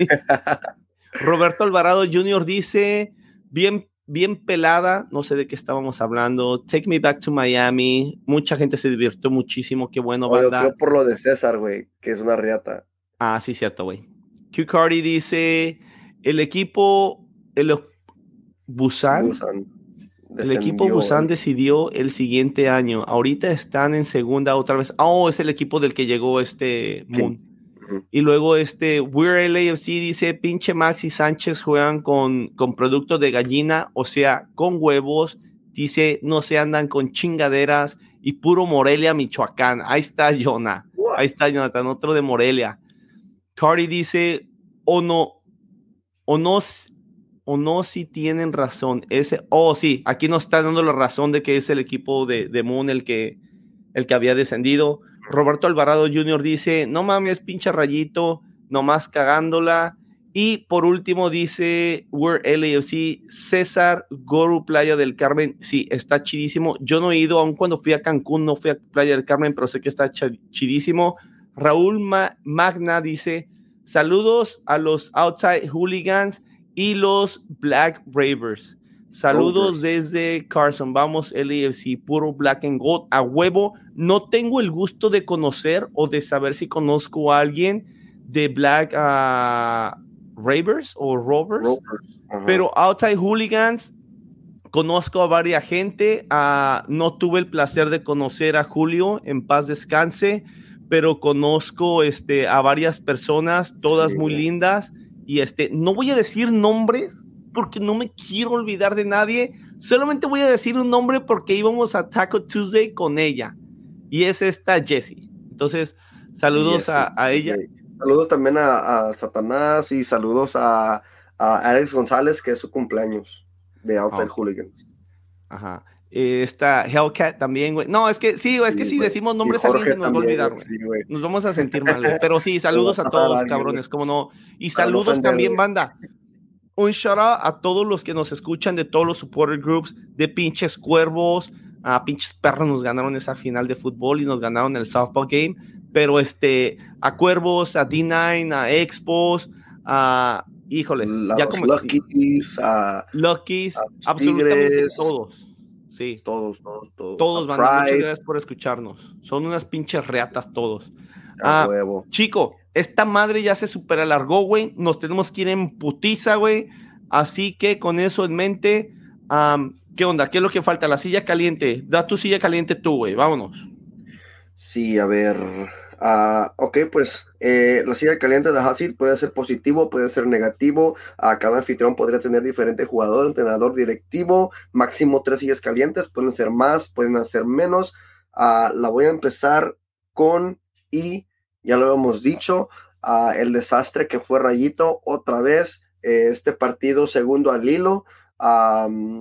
Roberto Alvarado junior dice, bien, bien pelada, no sé de qué estábamos hablando. Take me back to Miami. Mucha gente se divirtió muchísimo, qué bueno, banda. Yo creo por lo de César, güey, que es una riata. Ah, sí, cierto, güey. Q Cardi dice, el equipo, el Busan, Busan el equipo Busan decidió el siguiente año. Ahorita están en segunda otra vez. Oh, es el equipo del que llegó este Moon. Y luego este We're L A F C dice, pinche Max y Sánchez juegan con, con producto de gallina, o sea, con huevos. Dice, no se andan con chingaderas y puro Morelia, Michoacán. Ahí está Jonah. Ahí está, Jonathan, otro de Morelia. Cardi dice, o no, o no, o no si tienen razón. Ese, oh, sí, aquí nos está dando la razón de que es el equipo de, de Moon el que, el que había descendido. Roberto Alvarado junior dice, no mames, pinche Rayito, nomás cagándola. Y por último dice, we're L A F C, César Goru Playa del Carmen. Sí, está chidísimo. Yo no he ido, aun cuando fui a Cancún, no fui a Playa del Carmen, pero sé que está chidísimo. Raúl Ma- Magna dice, saludos a los Outside Hooligans y los Black Ravers. Saludos Over. Desde Carson. Vamos, L A F C, puro Black and Gold, a huevo. No tengo el gusto de conocer o de saber si conozco a alguien de Black uh, Ravers o Rovers, Rovers. Uh-huh. Pero Outside Hooligans conozco a varias gente. Uh, no tuve el placer de conocer a Julio, en paz descanse, pero conozco este, a varias personas, todas sí, muy bien. lindas. Y este, no voy a decir nombres porque no me quiero olvidar de nadie. Solamente voy a decir un nombre porque íbamos a Taco Tuesday con ella. Y es esta Jessie. Entonces, saludos yes, a, a ella. Okay. Saludos también a, a Satanás y saludos a, a Alex González, que es su cumpleaños de Outside okay. Hooligans. Ajá. Eh, está Hellcat también, güey. No, es que sí, güey, es sí, que si decimos nombres a alguien se nos va a olvidar, güey. Sí, nos vamos a sentir mal, güey. Pero sí, saludos a todos, a cabrones, cómo no. Y saludos no también, wey. Banda. Un shout out a todos los que nos escuchan de todos los supporter groups, de pinches cuervos, a pinches perros nos ganaron esa final de fútbol y nos ganaron el softball game. Pero este, a Cuervos, a D nueve, a Expos, a, híjoles, los ya como Luckies, a Luckies, a absolutamente Tigres, todos. Sí. Todos, todos, todos. Todos, banda, muchas gracias por escucharnos. Son unas pinches reatas todos. A ah, huevo. Chico, esta madre ya se super alargó, güey. Nos tenemos que ir en putiza, güey. Así que con eso en mente, um, ¿qué onda? ¿Qué es lo que falta? La silla caliente. Da tu silla caliente tú, güey. Vámonos. Sí, a ver. Uh, ok, pues eh, la silla caliente de Hot Seat puede ser positivo, puede ser negativo. Uh, cada anfitrión podría tener diferente jugador, entrenador, directivo, máximo tres sillas calientes, pueden ser más, pueden ser menos. Uh, la voy a empezar con, y ya lo hemos dicho, uh, el desastre que fue Rayito otra vez, eh, este partido segundo al hilo. Um,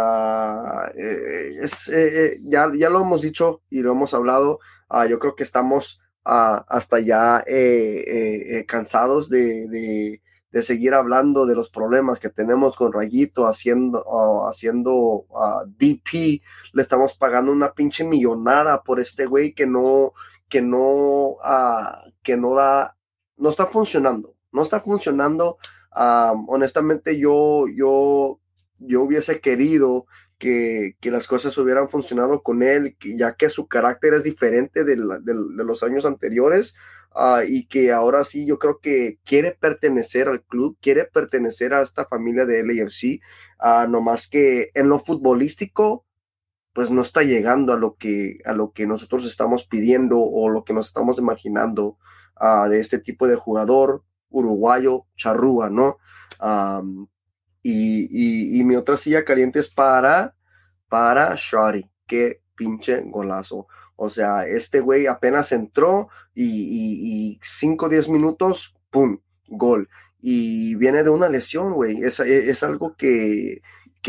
uh, eh, es, eh, eh, ya, ya lo hemos dicho y lo hemos hablado. Uh, yo creo que estamos Uh, hasta ya eh, eh, eh, cansados de, de, de seguir hablando de los problemas que tenemos con Rayito haciendo, uh, haciendo uh, D P. Le estamos pagando una pinche millonada por este güey que no que no uh, que no da, no está funcionando no está funcionando. Um, honestamente yo yo yo hubiese querido Que, que las cosas hubieran funcionado con él, que, ya que su carácter es diferente de, la, de, de los años anteriores, uh, y que ahora sí yo creo que quiere pertenecer al club, quiere pertenecer a esta familia de L A F C, uh, no más que en lo futbolístico pues no está llegando a lo que, a lo que nosotros estamos pidiendo o lo que nos estamos imaginando uh, de este tipo de jugador uruguayo charrúa, ¿no? Um, Y, y, y mi otra silla caliente es para, para Shawty. Qué pinche golazo. O sea, este güey apenas entró y cinco o diez minutos, ¡pum! Gol. Y viene de una lesión, güey. Es, es algo que,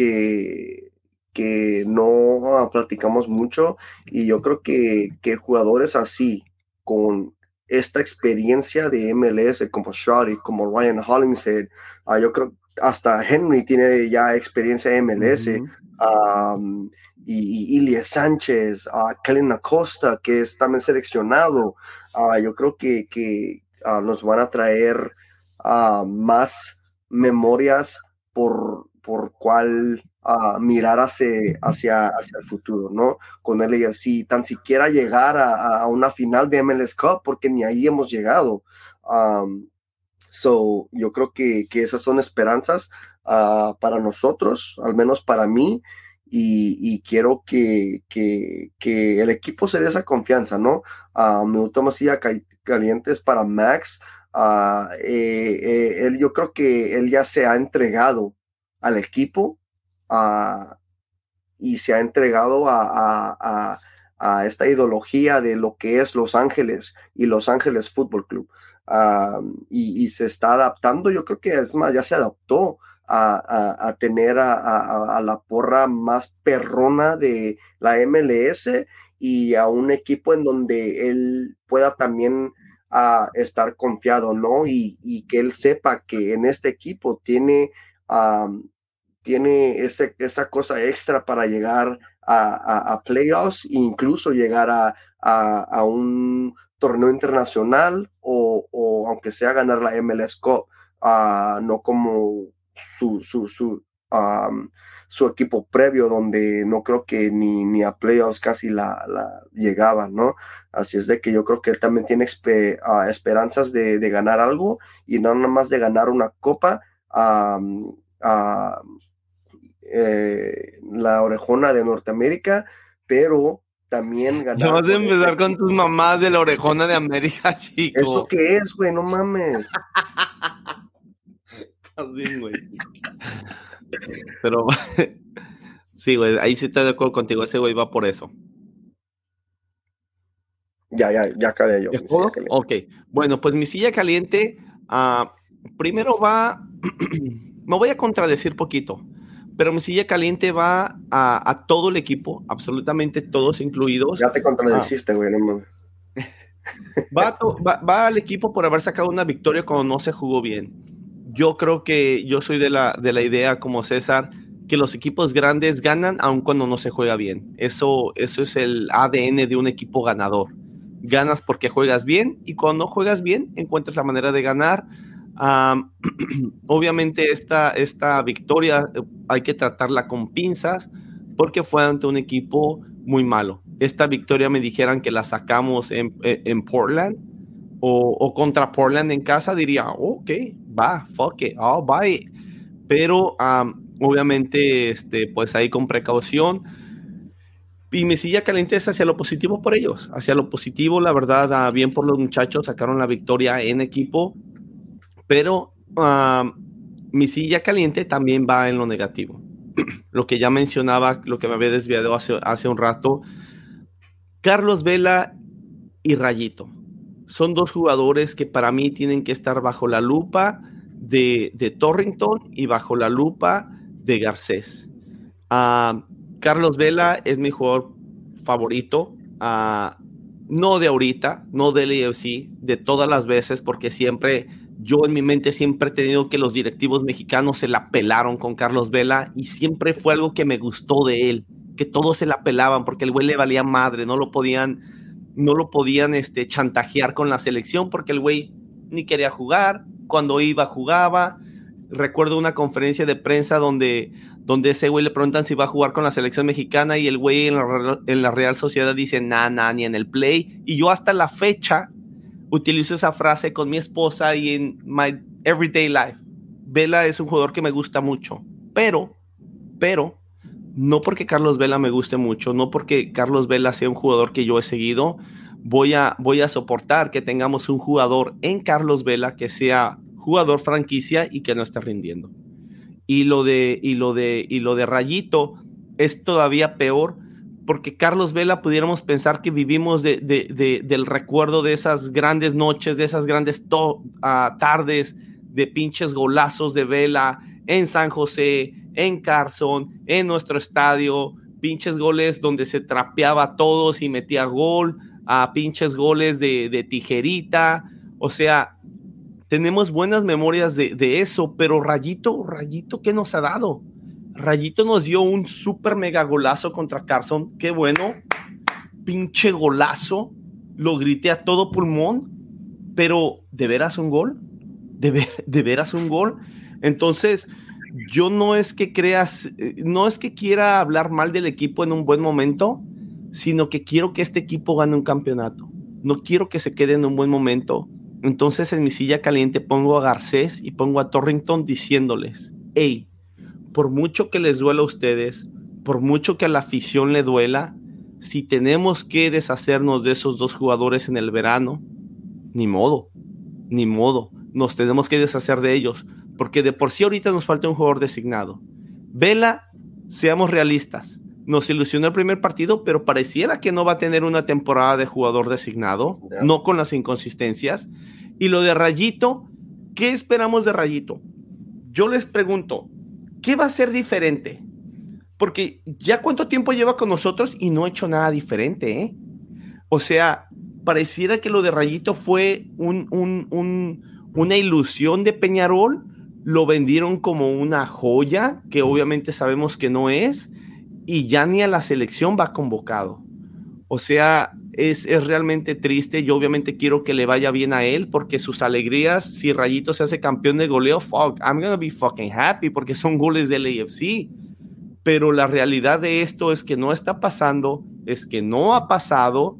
que, que no platicamos mucho. Y yo creo que, que jugadores así, con esta experiencia de M L S, como Shawty, como Ryan Hollingshead, uh, yo creo hasta Henry tiene ya experiencia en M L S, uh-huh. um, y, y Ilie Sánchez, uh, Kellen Acosta, que es también seleccionado. Uh, yo creo que, que uh, nos van a traer uh, más memorias por, por cual uh, mirar hacia, hacia, hacia el futuro, ¿no? Con L A F C, tan siquiera llegar a, a una final de M L S Cup, porque ni ahí hemos llegado. Um, So, yo creo que, que esas son esperanzas uh, para nosotros, al menos para mí, y, y quiero que, que, que el equipo se dé esa confianza, ¿no? Uh, me gustó más silla calientes para Max. Uh, eh, eh, él, yo creo que él ya se ha entregado al equipo uh, y se ha entregado a, a, a, a esta ideología de lo que es Los Ángeles y Los Ángeles Fútbol Club. Uh, y, y se está adaptando, yo creo que es más, ya se adaptó a, a, a tener a, a, a la porra más perrona de la M L S y a un equipo en donde él pueda también uh, estar confiado, ¿no? Y, y que él sepa que en este equipo tiene, um, tiene ese, esa cosa extra para llegar a, a, a playoffs e incluso llegar a, a, a un torneo internacional o, o aunque sea ganar la M L S Cup, uh, no como su, su, su, um, su equipo previo donde no creo que ni, ni a playoffs casi la, la llegaban, ¿no? Así es de que yo creo que él también tiene espe, uh, esperanzas de, de ganar algo y no nada más de ganar una copa, um, uh, eh, la orejona de Norteamérica, pero también ganar. No vas a empezar con tus mamás de la orejona de América, chico. ¿Eso qué es, güey? No mames. Bien, güey. Pero sí, güey, ahí sí estoy de acuerdo contigo. Ese güey va por eso. Ya, ya, ya acabé yo. ¿Es todo? Ok. Bueno, pues mi silla caliente, uh, primero va, me voy a contradecir poquito, pero mi silla caliente va a, a todo el equipo, absolutamente todos incluidos. Ya te contradeciste, güey, ah. no mames. Va, va, va al equipo por haber sacado una victoria cuando no se jugó bien. Yo creo que yo soy de la, de la idea, como César, que los equipos grandes ganan aun cuando no se juega bien. Eso, eso es el A D N de un equipo ganador. Ganas porque juegas bien y cuando no juegas bien encuentras la manera de ganar. Um, obviamente esta, esta victoria hay que tratarla con pinzas porque fue ante un equipo muy malo. Esta victoria me dijeran que la sacamos en, en Portland o, o contra Portland en casa, diría, ok, va, fuck it, I'll buy it. Pero um, obviamente este, pues ahí con precaución. Y mi silla caliente es hacia lo positivo por ellos, hacia lo positivo, la verdad, bien por los muchachos, sacaron la victoria en equipo, pero uh, mi silla caliente también va en lo negativo. Lo que ya mencionaba, lo que me había desviado hace, hace un rato, Carlos Vela y Rayito. Son dos jugadores que para mí tienen que estar bajo la lupa de, de Torrington y bajo la lupa de Garcés. Uh, Carlos Vela es mi jugador favorito, uh, no de ahorita, no del A F C, de todas las veces, porque siempre, yo en mi mente siempre he tenido que los directivos mexicanos se la pelaron con Carlos Vela y siempre fue algo que me gustó de él, que todos se la pelaban porque el güey le valía madre, no lo podían, no lo podían este, chantajear con la selección porque el güey ni quería jugar, cuando iba jugaba. Recuerdo una conferencia de prensa donde, donde ese güey le preguntan si va a jugar con la selección mexicana y el güey en la, en la Real Sociedad dice, nah, nah, ni en el play. Y yo hasta la fecha utilizo esa frase con mi esposa y en my everyday life. Vela es un jugador que me gusta mucho, pero, pero, no porque Carlos Vela me guste mucho, no porque Carlos Vela sea un jugador que yo he seguido, voy a, voy a soportar que tengamos un jugador en Carlos Vela que sea jugador franquicia y que no esté rindiendo. Y lo de, y lo de, y lo de Rayito es todavía peor porque Carlos Vela pudiéramos pensar que vivimos de, de, de, del recuerdo de esas grandes noches, de esas grandes to, uh, tardes de pinches golazos de Vela en San José, en Carson, en nuestro estadio, pinches goles donde se trapeaba a todos y metía gol, a uh, pinches goles de, de tijerita, o sea, tenemos buenas memorias de, de eso, pero Rayito, Rayito, ¿qué nos ha dado? Rayito nos dio un súper mega golazo contra Carson, qué bueno, pinche golazo, lo grité a todo pulmón, pero ¿de veras un gol? ¿De, ver, de veras un gol? Entonces, yo no es que creas, no es que quiera hablar mal del equipo en un buen momento, sino que quiero que este equipo gane un campeonato, no quiero que se quede en un buen momento. Entonces en mi silla caliente pongo a Garcés y pongo a Torrington diciéndoles, hey, por mucho que les duela a ustedes, por mucho que a la afición le duela, si tenemos que deshacernos de esos dos jugadores en el verano, ni modo, ni modo, nos tenemos que deshacer de ellos, porque de por sí ahorita nos falta un jugador designado. Vela, seamos realistas, nos ilusionó el primer partido, pero pareciera que no va a tener una temporada de jugador designado, yeah. no con las inconsistencias. Y lo de Rayito, ¿qué esperamos de Rayito? Yo les pregunto, ¿qué va a ser diferente? Porque ya cuánto tiempo lleva con nosotros y no ha hecho nada diferente, ¿eh? O sea, pareciera que lo de Rayito fue un, un, un, una ilusión de Peñarol, lo vendieron como una joya, que obviamente sabemos que no es, y ya ni a la selección va convocado. O sea, es, es realmente triste. Yo obviamente quiero que le vaya bien a él, porque sus alegrías, si Rayito se hace campeón de goleo, fuck, I'm gonna be fucking happy, porque son goles del A F C. Pero la realidad de esto es que no está pasando, es que no ha pasado,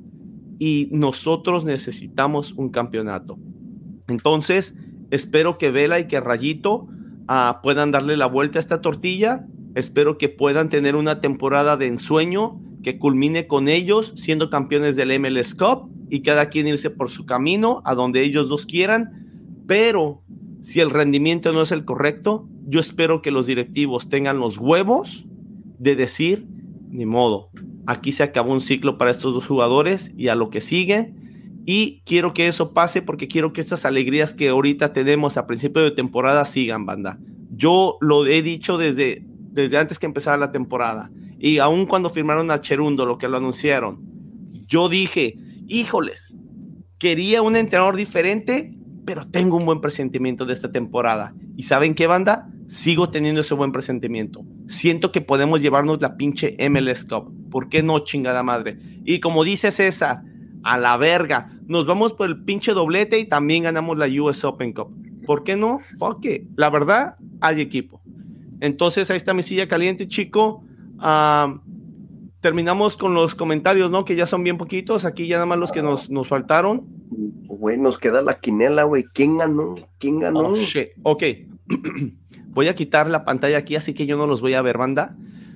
y nosotros necesitamos un campeonato. Entonces, espero que Vela y que Rayito uh, puedan darle la vuelta a esta tortilla. Espero que puedan tener una temporada de ensueño que culmine con ellos siendo campeones del M L S Cup y cada quien irse por su camino a donde ellos dos quieran. Pero si el rendimiento no es el correcto, yo espero que los directivos tengan los huevos de decir, ni modo, aquí se acabó un ciclo para estos dos jugadores y a lo que sigue. Y quiero que eso pase, porque quiero que estas alegrías que ahorita tenemos a principio de temporada sigan, banda. Yo lo he dicho desde, desde antes que empezara la temporada, y aún cuando firmaron a Cherundo, lo que lo anunciaron, yo dije, híjoles, quería un entrenador diferente, pero tengo un buen presentimiento de esta temporada. ¿Y saben qué, banda? Sigo teniendo ese buen presentimiento. Siento que podemos llevarnos la pinche M L S Cup. ¿Por qué no, chingada madre? Y como dice César, a la verga, nos vamos por el pinche doblete y también ganamos la U S Open Cup. ¿Por qué no? Fuck it. La verdad, hay equipo. Entonces, ahí está mi silla caliente, chico. Uh, terminamos con los comentarios, ¿no? Que ya son bien poquitos. Aquí ya nada más los que nos, nos faltaron. Güey, nos queda la quinela, güey. ¿Quién ganó? ¿Quién ganó? Oh, shit. Ok. Voy a quitar la pantalla aquí, así que yo no los voy a ver, banda.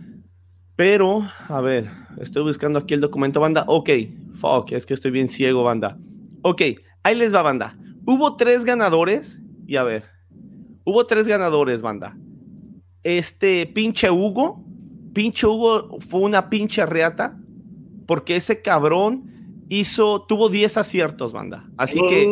Pero, a ver, estoy buscando aquí el documento, banda. Ok. Fuck, es que estoy bien ciego, banda. Ok, ahí les va, banda. Hubo tres ganadores. Y a ver. Hubo tres ganadores, banda. Este pinche Hugo. Pinche Hugo fue una pinche reata. Porque ese cabrón hizo, tuvo diez aciertos, banda. Así que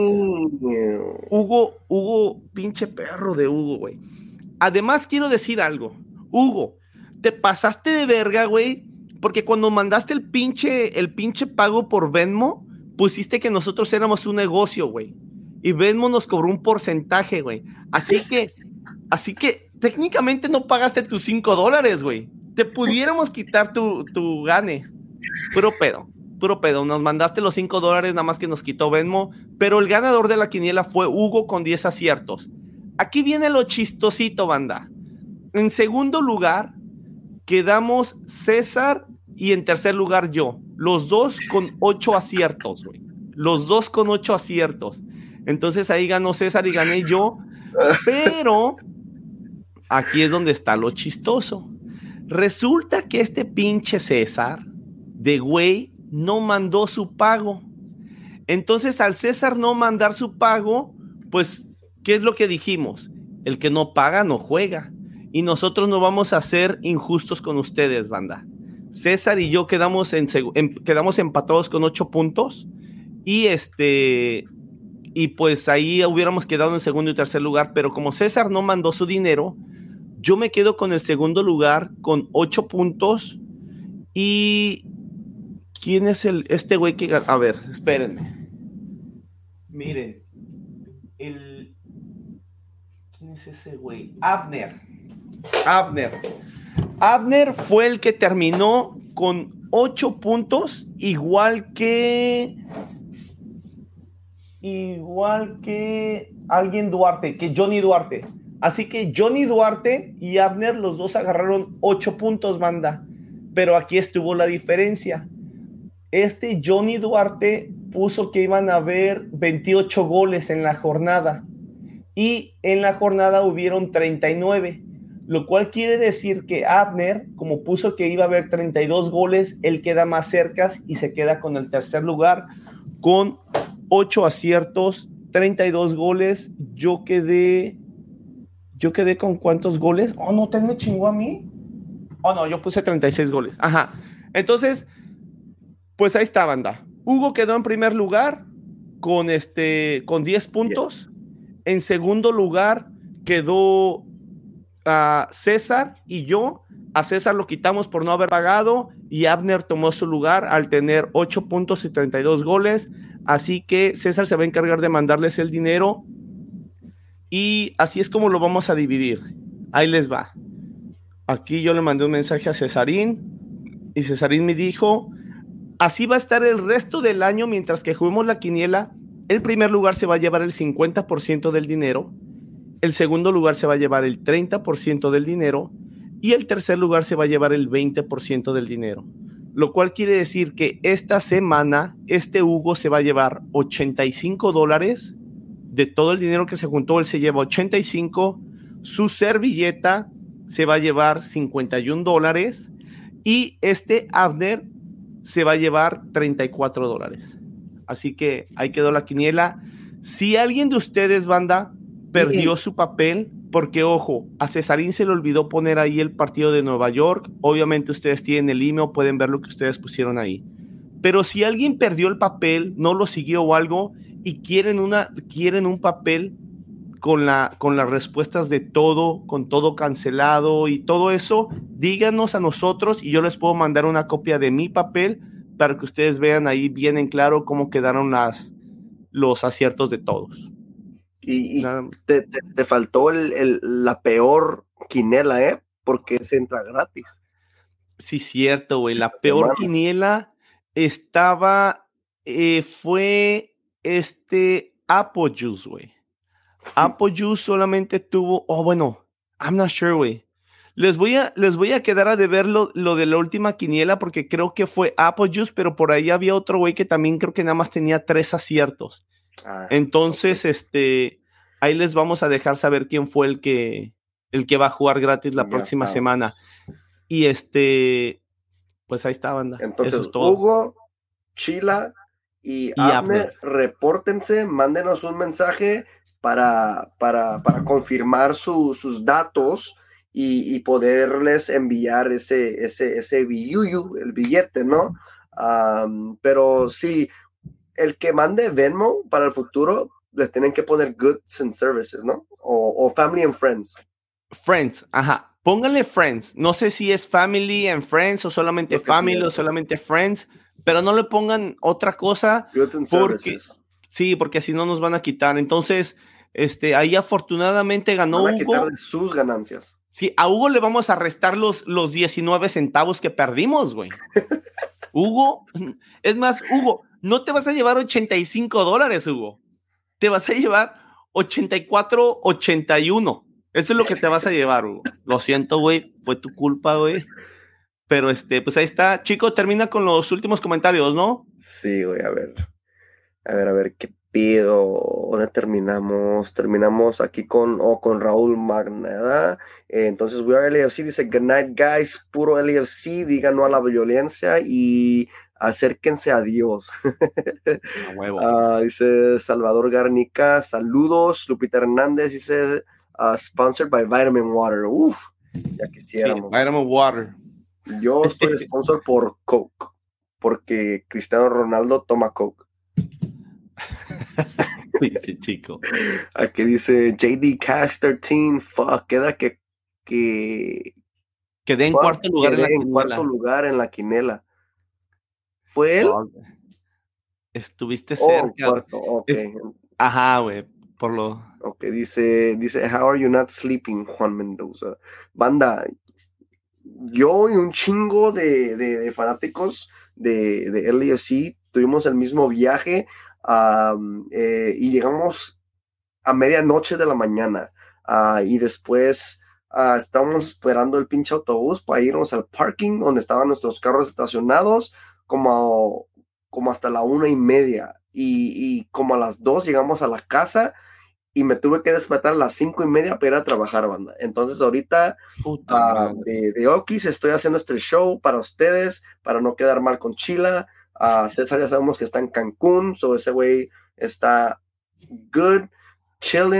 Hugo, Hugo, pinche perro de Hugo, güey. Además, quiero decir algo. Hugo, te pasaste de verga, güey. Porque cuando mandaste el pinche, el pinche pago por Venmo, pusiste que nosotros éramos un negocio, güey. Y Venmo nos cobró un porcentaje, güey. Así que, así que técnicamente no pagaste tus cinco dólares, güey. Te pudiéramos quitar tu, tu gane. Puro pedo, puro pedo. Nos mandaste los cinco dólares, nada más que nos quitó Venmo. Pero el ganador de la quiniela fue Hugo con diez aciertos. Aquí viene lo chistosito, banda. En segundo lugar, quedamos César y en tercer lugar yo. Los dos con ocho aciertos, güey. Los dos con ocho aciertos. Entonces ahí ganó César y gané yo. Pero aquí es donde está lo chistoso. Resulta que este pinche César de güey no mandó su pago. Entonces al César no mandar su pago, pues, ¿qué es lo que dijimos? El que no paga no juega. Y nosotros no vamos a ser injustos con ustedes, banda. César y yo quedamos, en, en, quedamos empatados con ocho puntos. Y este y pues ahí hubiéramos quedado en segundo y tercer lugar. Pero como César no mandó su dinero, yo me quedo con el segundo lugar con ocho puntos. Y ¿quién es el este güey que... A ver, espérenme. Miren. El... ¿Quién es ese güey? Abner. Abner. Abner fue el que terminó con ocho puntos, igual que igual que alguien Duarte, que Johnny Duarte. Así que Johnny Duarte y Abner, los dos agarraron ocho puntos, banda. Pero aquí estuvo la diferencia. Este Johnny Duarte puso que iban a haber veintiocho goles en la jornada. Y en la jornada hubieron treinta y nueve. Lo cual quiere decir que Abner, como puso que iba a haber treinta y dos goles, él queda más cerca y se queda con el tercer lugar con ocho aciertos, treinta y dos goles. Yo quedé, yo quedé con ¿cuántos goles? Oh, no, ¿te me chingó a mí? Oh, no, yo puse treinta y seis goles. Ajá. Entonces, pues ahí está, banda. Hugo quedó en primer lugar con, este, con diez puntos. Yeah. En segundo lugar quedó uh, César y yo. A César lo quitamos por no haber pagado y Abner tomó su lugar al tener ocho puntos y treinta y dos goles. Así que César se va a encargar de mandarles el dinero y así es como lo vamos a dividir. Ahí les va. Aquí yo le mandé un mensaje a Cesarín y Cesarín me dijo, así va a estar el resto del año mientras que juguemos la quiniela. El primer lugar se va a llevar el cincuenta por ciento del dinero, el segundo lugar se va a llevar el treinta por ciento del dinero y el tercer lugar se va a llevar el veinte por ciento del dinero, lo cual quiere decir que esta semana este Hugo se va a llevar ochenta y cinco dólares de todo el dinero que se juntó. Él se lleva ochenta y cinco, su servilleta se va a llevar cincuenta y un dólares y este Abner se va a llevar treinta y cuatro dólares. Así que ahí quedó la quiniela. Si alguien de ustedes, banda, perdió sí. su papel, porque ojo, a Cesarín se le olvidó poner ahí el partido de Nueva York. Obviamente ustedes tienen el email, pueden ver lo que ustedes pusieron ahí. Pero si alguien perdió el papel, no lo siguió o algo, y quieren, una, quieren un papel con, la, con las respuestas de todo, con todo cancelado y todo eso, díganos a nosotros y yo les puedo mandar una copia de mi papel para que ustedes vean ahí bien en claro cómo quedaron las, los aciertos de todos. Y, y te, te, te faltó el, el, la peor quiniela, ¿eh? Porque se entra gratis. Sí, cierto, güey. La peor semana. quiniela estaba, eh, fue este Apple Juice, güey. Apple Juice solamente tuvo, oh, bueno, I'm not sure, güey. Les voy a, les voy a quedar a deber lo, lo de la última quiniela porque creo que fue Apple Juice, pero por ahí había otro güey que también creo que nada más tenía tres aciertos. Ah, Entonces, okay. este, ahí les vamos a dejar saber quién fue el que, el que va a jugar gratis la ya próxima está. semana. Y este, pues ahí está, banda. Entonces, Eso es todo. Hugo, Chila y, y Abner, Abner, repórtense, mándenos un mensaje para, para, para confirmar su, sus datos y, y poderles enviar ese, ese, ese billuyo, el billete, ¿no? Um, pero sí, el que mande Venmo para el futuro, le tienen que poner goods and services, ¿no? O, o family and friends. Friends, ajá. Pónganle friends. No sé si es family and friends o solamente family sí o solamente friends, pero no le pongan otra cosa. Goods and porque, services. Sí, porque si no nos van a quitar. Entonces, este, ahí afortunadamente ganó Hugo. Van a quitar de sus ganancias. Sí, a Hugo le vamos a restar los, los diecinueve centavos que perdimos, güey. Hugo, es más, Hugo, no te vas a llevar ochenta y cinco dólares, Hugo. Te vas a llevar ochenta y cuatro, ochenta y uno. Eso es lo que te vas a llevar, Hugo. Lo siento, güey, fue tu culpa, güey. Pero este, pues ahí está. Chico, termina con los últimos comentarios, ¿no? Sí, güey, a ver. A ver, a ver, ¿qué pido? ¿Dónde terminamos? Terminamos aquí con, oh, con Raúl Magna, ¿verdad? Eh, entonces, We Are L A F C dice, good night, guys, puro L A F C, digan no a la violencia y acérquense a Dios. A huevo. uh, dice Salvador Garnica, saludos. Lupita Hernández dice, uh, sponsored by Vitamin Water. Uf, ya quisiéramos. Sí, Vitamin Water. Yo estoy sponsor por Coke, porque Cristiano Ronaldo toma Coke. Pinche chico. Aquí dice J D Cash trece, fuck, queda que que quedé en fuck, cuarto lugar en la en quinela. cuarto lugar en la quinela. ¿Fue él? Oh, estuviste cerca. Oh, cuarto, okay. Es, ajá, güey, por lo. Ok, dice, dice, how are you not sleeping, Juan Mendoza? Banda, yo y un chingo de, de, de fanáticos de, de L A F C tuvimos el mismo viaje. Um, eh, y llegamos a medianoche de la mañana uh, y después uh, estábamos esperando el pinche autobús para irnos al parking donde estaban nuestros carros estacionados como, como hasta la una y media y, y como a las dos llegamos a la casa y me tuve que despertar a las cinco y media para ir a trabajar, banda. Entonces ahorita uh, de, de Okis estoy haciendo este show para ustedes, para no quedar mal con Chila. Uh, César ya sabemos que está en Cancún, so ese güey está good, chilling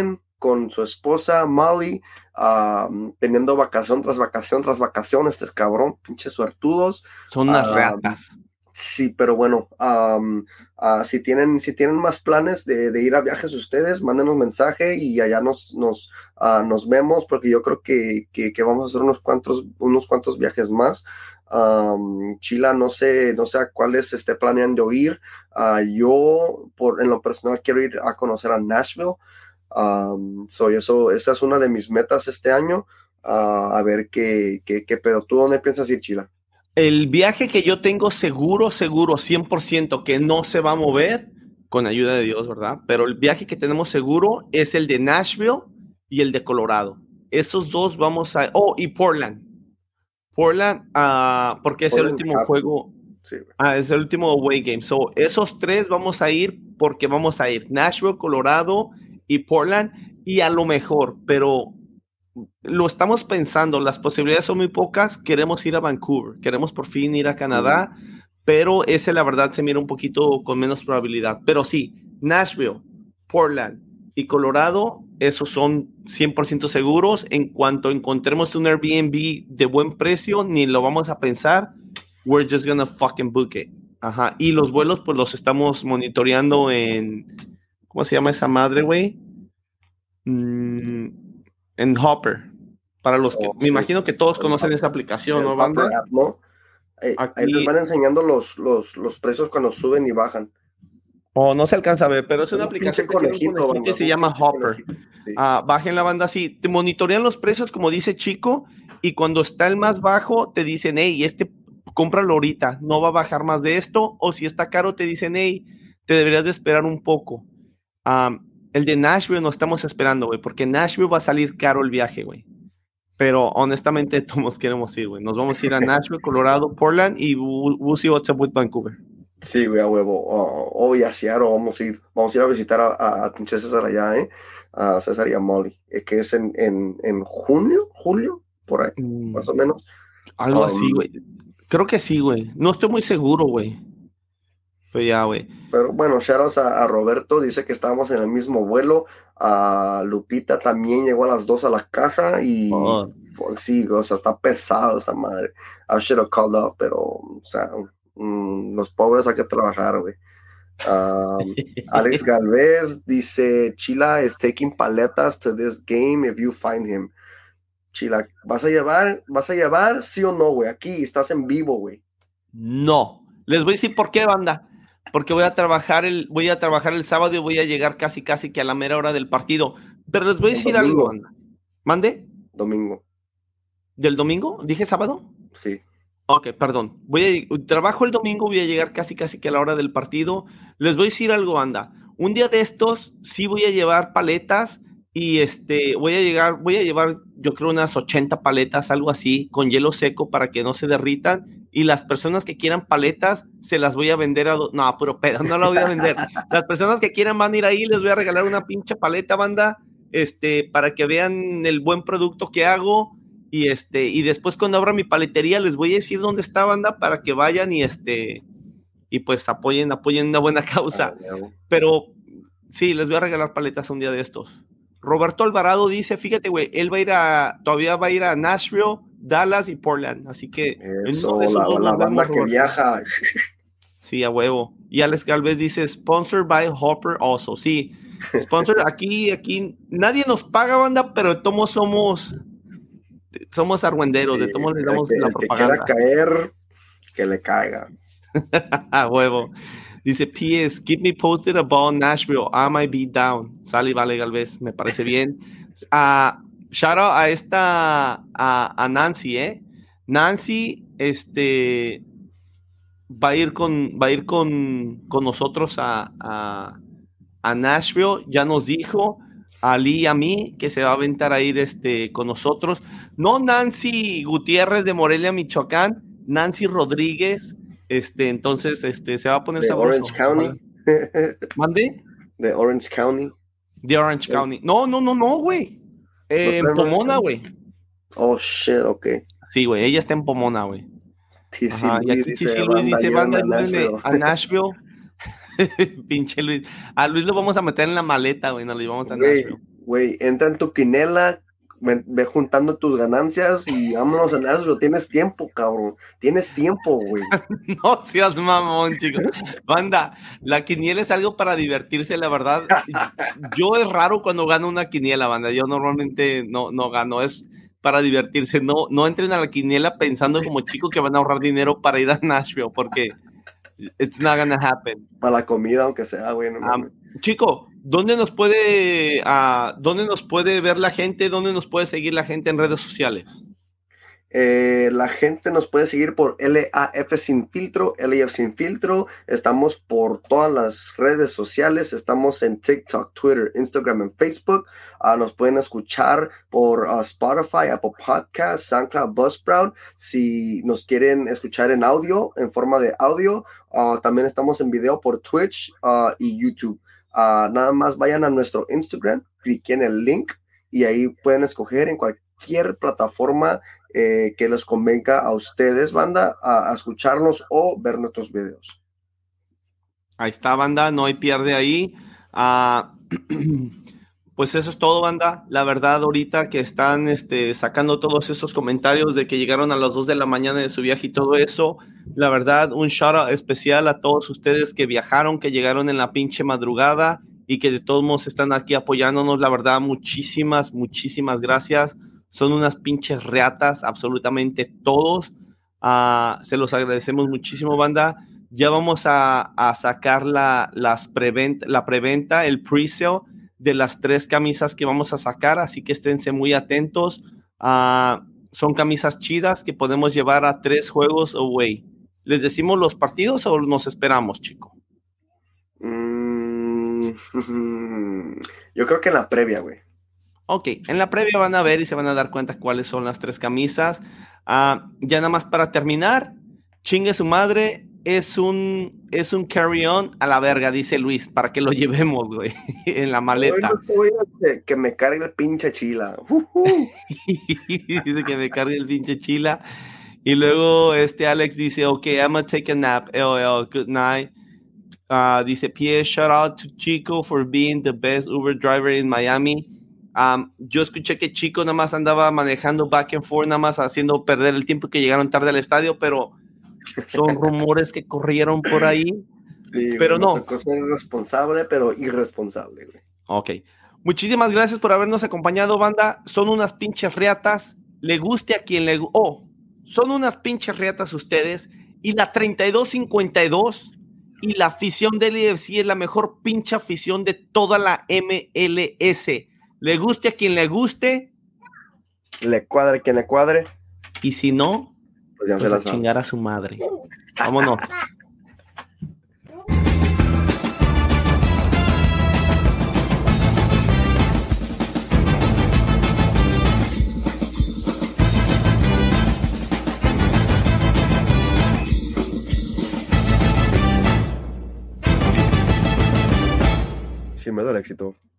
con su esposa Molly, uh, teniendo vacación tras vacación tras vacación, este cabrón, pinches suertudos. Son unas uh, ratas. Sí, pero bueno, um, uh, si, tienen, si tienen más planes de, de ir a viajes ustedes, mándenos mensaje y allá nos, nos, uh, nos vemos, porque yo creo que, que, que vamos a hacer unos cuantos, unos cuantos viajes más. Um, Chila, no sé, no sé a cuáles esté planeando ir. Uh, yo, por, en lo personal, quiero ir a conocer a Nashville. Um, so eso, esa es una de mis metas este año. Uh, a ver qué, qué, qué pedo. ¿Tú dónde piensas ir, Chila? El viaje que yo tengo seguro, seguro, cien por ciento que no se va a mover, con ayuda de Dios, ¿verdad? Pero el viaje que tenemos seguro es el de Nashville y el de Colorado. Esos dos vamos a... Oh, y Portland. Portland, uh, porque es Portland el último juego. Sí. Ah, es el último away game. So, esos tres vamos a ir porque vamos a ir. Nashville, Colorado y Portland. Y a lo mejor, pero... lo estamos pensando, las posibilidades son muy pocas, queremos ir a Vancouver, queremos por fin ir a Canadá, uh-huh. pero ese la verdad se mira un poquito con menos probabilidad, pero sí, Nashville, Portland y Colorado, esos son cien por ciento seguros. En cuanto encontremos un Airbnb de buen precio, ni lo vamos a pensar, we're just gonna fucking book it. Ajá. Y los vuelos pues los estamos monitoreando en, ¿cómo se llama esa madre, güey? Mm, en Hopper, para los que, oh, me sí. imagino que todos conocen esa aplicación, ¿no, banda? App, ¿no? Ahí, Aquí, ahí les van enseñando los, los, los precios cuando suben y bajan. Oh, no se alcanza a ver, pero es una aplicación que, conejito, que, banda, que se llama Hopper. Sí. Uh, bajen la banda así, te monitorean los precios, como dice Chico, y cuando está el más bajo, te dicen, hey, este, cómpralo ahorita, no va a bajar más de esto, o si está caro, te dicen, hey, te deberías de esperar un poco. Um, El de Nashville no estamos esperando, güey, porque Nashville va a salir caro el viaje, güey. Pero honestamente todos queremos ir, güey. Nos vamos a ir a Nashville, Colorado, Portland y we'll, we'll see what's up with Vancouver. Sí, güey, a huevo. Oh, oh, y a Seattle vamos a ir. Vamos a ir a visitar a, a, a Pinche César allá, ¿eh? A César y a Molly. Es que es en, en, en junio, julio, por ahí, mm. más o menos. Algo um, así, güey. Creo que sí, güey. No estoy muy seguro, güey. Pero ya, güey. Pero bueno, shoutouts a, a Roberto, dice que estábamos en el mismo vuelo. A Lupita también llegó a las dos a la casa y oh. pues, sí, o sea, está pesado esa madre. I should have called up, pero, o sea, mmm, los pobres hay que trabajar, güey. Um, Alex Galvez dice, Chila is taking paletas to this game if you find him. Chila, ¿vas a llevar, vas a llevar sí o no, güey? Aquí estás en vivo, güey. No. Les voy a decir por qué, banda. Porque voy a trabajar el, voy a trabajar el sábado y voy a llegar casi casi que a la mera hora del partido. Pero les voy a decir algo, banda. ¿Mande? Domingo. ¿Del domingo? ¿Dije sábado? Sí. Ok, perdón. Voy a, trabajo el domingo, voy a llegar casi casi que a la hora del partido. Les voy a decir algo, banda. Un día de estos sí voy a llevar paletas y este voy a llegar, voy a llevar yo creo unas ochenta paletas, algo así, con hielo seco para que no se derritan. Y las personas que quieran paletas, se las voy a vender a... Do- no, pero pedo, no las voy a vender. Las personas que quieran van a ir ahí, les voy a regalar una pinche paleta, banda, este, para que vean el buen producto que hago. Y este, y después cuando abra mi paletería, les voy a decir dónde está, banda, para que vayan y este, y pues apoyen, apoyen una buena causa. Ah, no. Pero sí, les voy a regalar paletas un día de estos. Roberto Alvarado dice, fíjate, güey, él va a ir a, todavía va a ir a Nashville, Dallas y Portland, así que eso, la, la banda que viaja. Sí, a huevo. Y Alex Galvez dice, sponsored by Hopper also. Sí, sponsor, aquí, aquí, nadie nos paga, banda, pero de todos somos, somos argüenderos, sí, de todos les damos que, la el propaganda. Que quiera caer, que le caiga. A huevo. Dice, P S, keep me posted about Nashville, I might be down. Sale y vale, Galvez, me parece bien. Ah... Uh, shout out a esta, a, a Nancy, ¿eh? Nancy, este, va a ir con, va a ir con, con nosotros a, a, a Nashville, ya nos dijo, a Lee y a mí, que se va a aventar a ir este, con nosotros. No Nancy Gutiérrez de Morelia, Michoacán, Nancy Rodríguez, este, entonces, este, se va a poner de sabroso. Orange County. ¿Mande? De Orange County. De Orange sí. County. No, no, no, no, güey. Eh, en Pomona, güey. Oh, shit, ok. Sí, güey, ella está en Pomona, güey. Sí, sí, Ajá, Luis y dice, sí, sí, Luis dice, banda, a Nashville. a Nashville. Pinche Luis. A Luis lo vamos a meter en la maleta, güey, no lo llevamos a Güey, Nashville. Güey, entra en tu quinela, ve, ve juntando tus ganancias y vámonos a Nashville. Tienes tiempo, cabrón. Tienes tiempo, güey. No seas mamón, chico. Banda, la quiniela es algo para divertirse, la verdad. Yo es raro cuando gano una quiniela, banda. Yo normalmente no, no gano. Es para divertirse. No, no entren a la quiniela pensando como chicos que van a ahorrar dinero para ir a Nashville, porque it's not gonna happen. Para la comida, aunque sea, güey. No, um, chico, ¿dónde nos puede uh, dónde nos puede ver la gente? ¿Dónde nos puede seguir la gente en redes sociales? Eh, la gente nos puede seguir por L A F Sin Filtro, L A F Sin Filtro. Estamos por todas las redes sociales. Estamos en TikTok, Twitter, Instagram y Facebook. Uh, nos pueden escuchar por uh, Spotify, Apple Podcasts, SoundCloud, Buzzsprout. Si nos quieren escuchar en audio, en forma de audio, uh, también estamos en video por Twitch uh, y YouTube. Uh, nada más vayan a nuestro Instagram, cliquen el link y ahí pueden escoger en cualquier plataforma Eh, que les convenga a ustedes, banda, a, a escucharnos o ver nuestros videos. Ahí está, banda, no hay pierde ahí. Uh, pues eso es todo, banda. La verdad, ahorita que están este, sacando todos esos comentarios de que llegaron a las dos de la mañana de su viaje y todo eso, la verdad, un shout out especial a todos ustedes que viajaron, que llegaron en la pinche madrugada y que de todos modos están aquí apoyándonos. La verdad, muchísimas, muchísimas gracias. Son unas pinches reatas, absolutamente todos. Uh, se los agradecemos muchísimo, banda. Ya vamos a, a sacar la, las preventa, la preventa, el pre-sale de las tres camisas que vamos a sacar, así que esténse muy atentos. Uh, son camisas chidas que podemos llevar a tres juegos away. ¿Les decimos los partidos o nos esperamos, chico? Mm, yo creo que en la previa, güey. Ok, en la previa van a ver y se van a dar cuenta cuáles son las tres camisas. Uh, ya nada más para terminar, chingue su madre, es un, es un carry-on a la verga, dice Luis, para que lo llevemos, güey, en la maleta. Hoy no estoy, que me cargue el pinche chila. Uh-huh. Dice que me cargue el pinche chila. Y luego este Alex dice, ok, I'm gonna take a nap. L O L, good night. Uh, dice, P S, shout out to Chico for being the best Uber driver in Miami. Um, yo escuché que Chico nada más andaba manejando back and forth, nada más haciendo perder el tiempo que llegaron tarde al estadio, pero son rumores que corrieron por ahí. Sí, pero no. Una cosa irresponsable, pero irresponsable, güey. Ok. Muchísimas gracias por habernos acompañado, banda. Son unas pinches reatas. Le guste a quien le guste. Oh, son unas pinches reatas ustedes. Y la treinta y dos cincuenta y dos y la afición del L A F C es la mejor pinche afición de toda la M L S. Le guste a quien le guste. Le cuadre quien le cuadre. Y si no, pues ya pues se la a sabe. chingar a su madre. Vámonos. Sí, me da el éxito.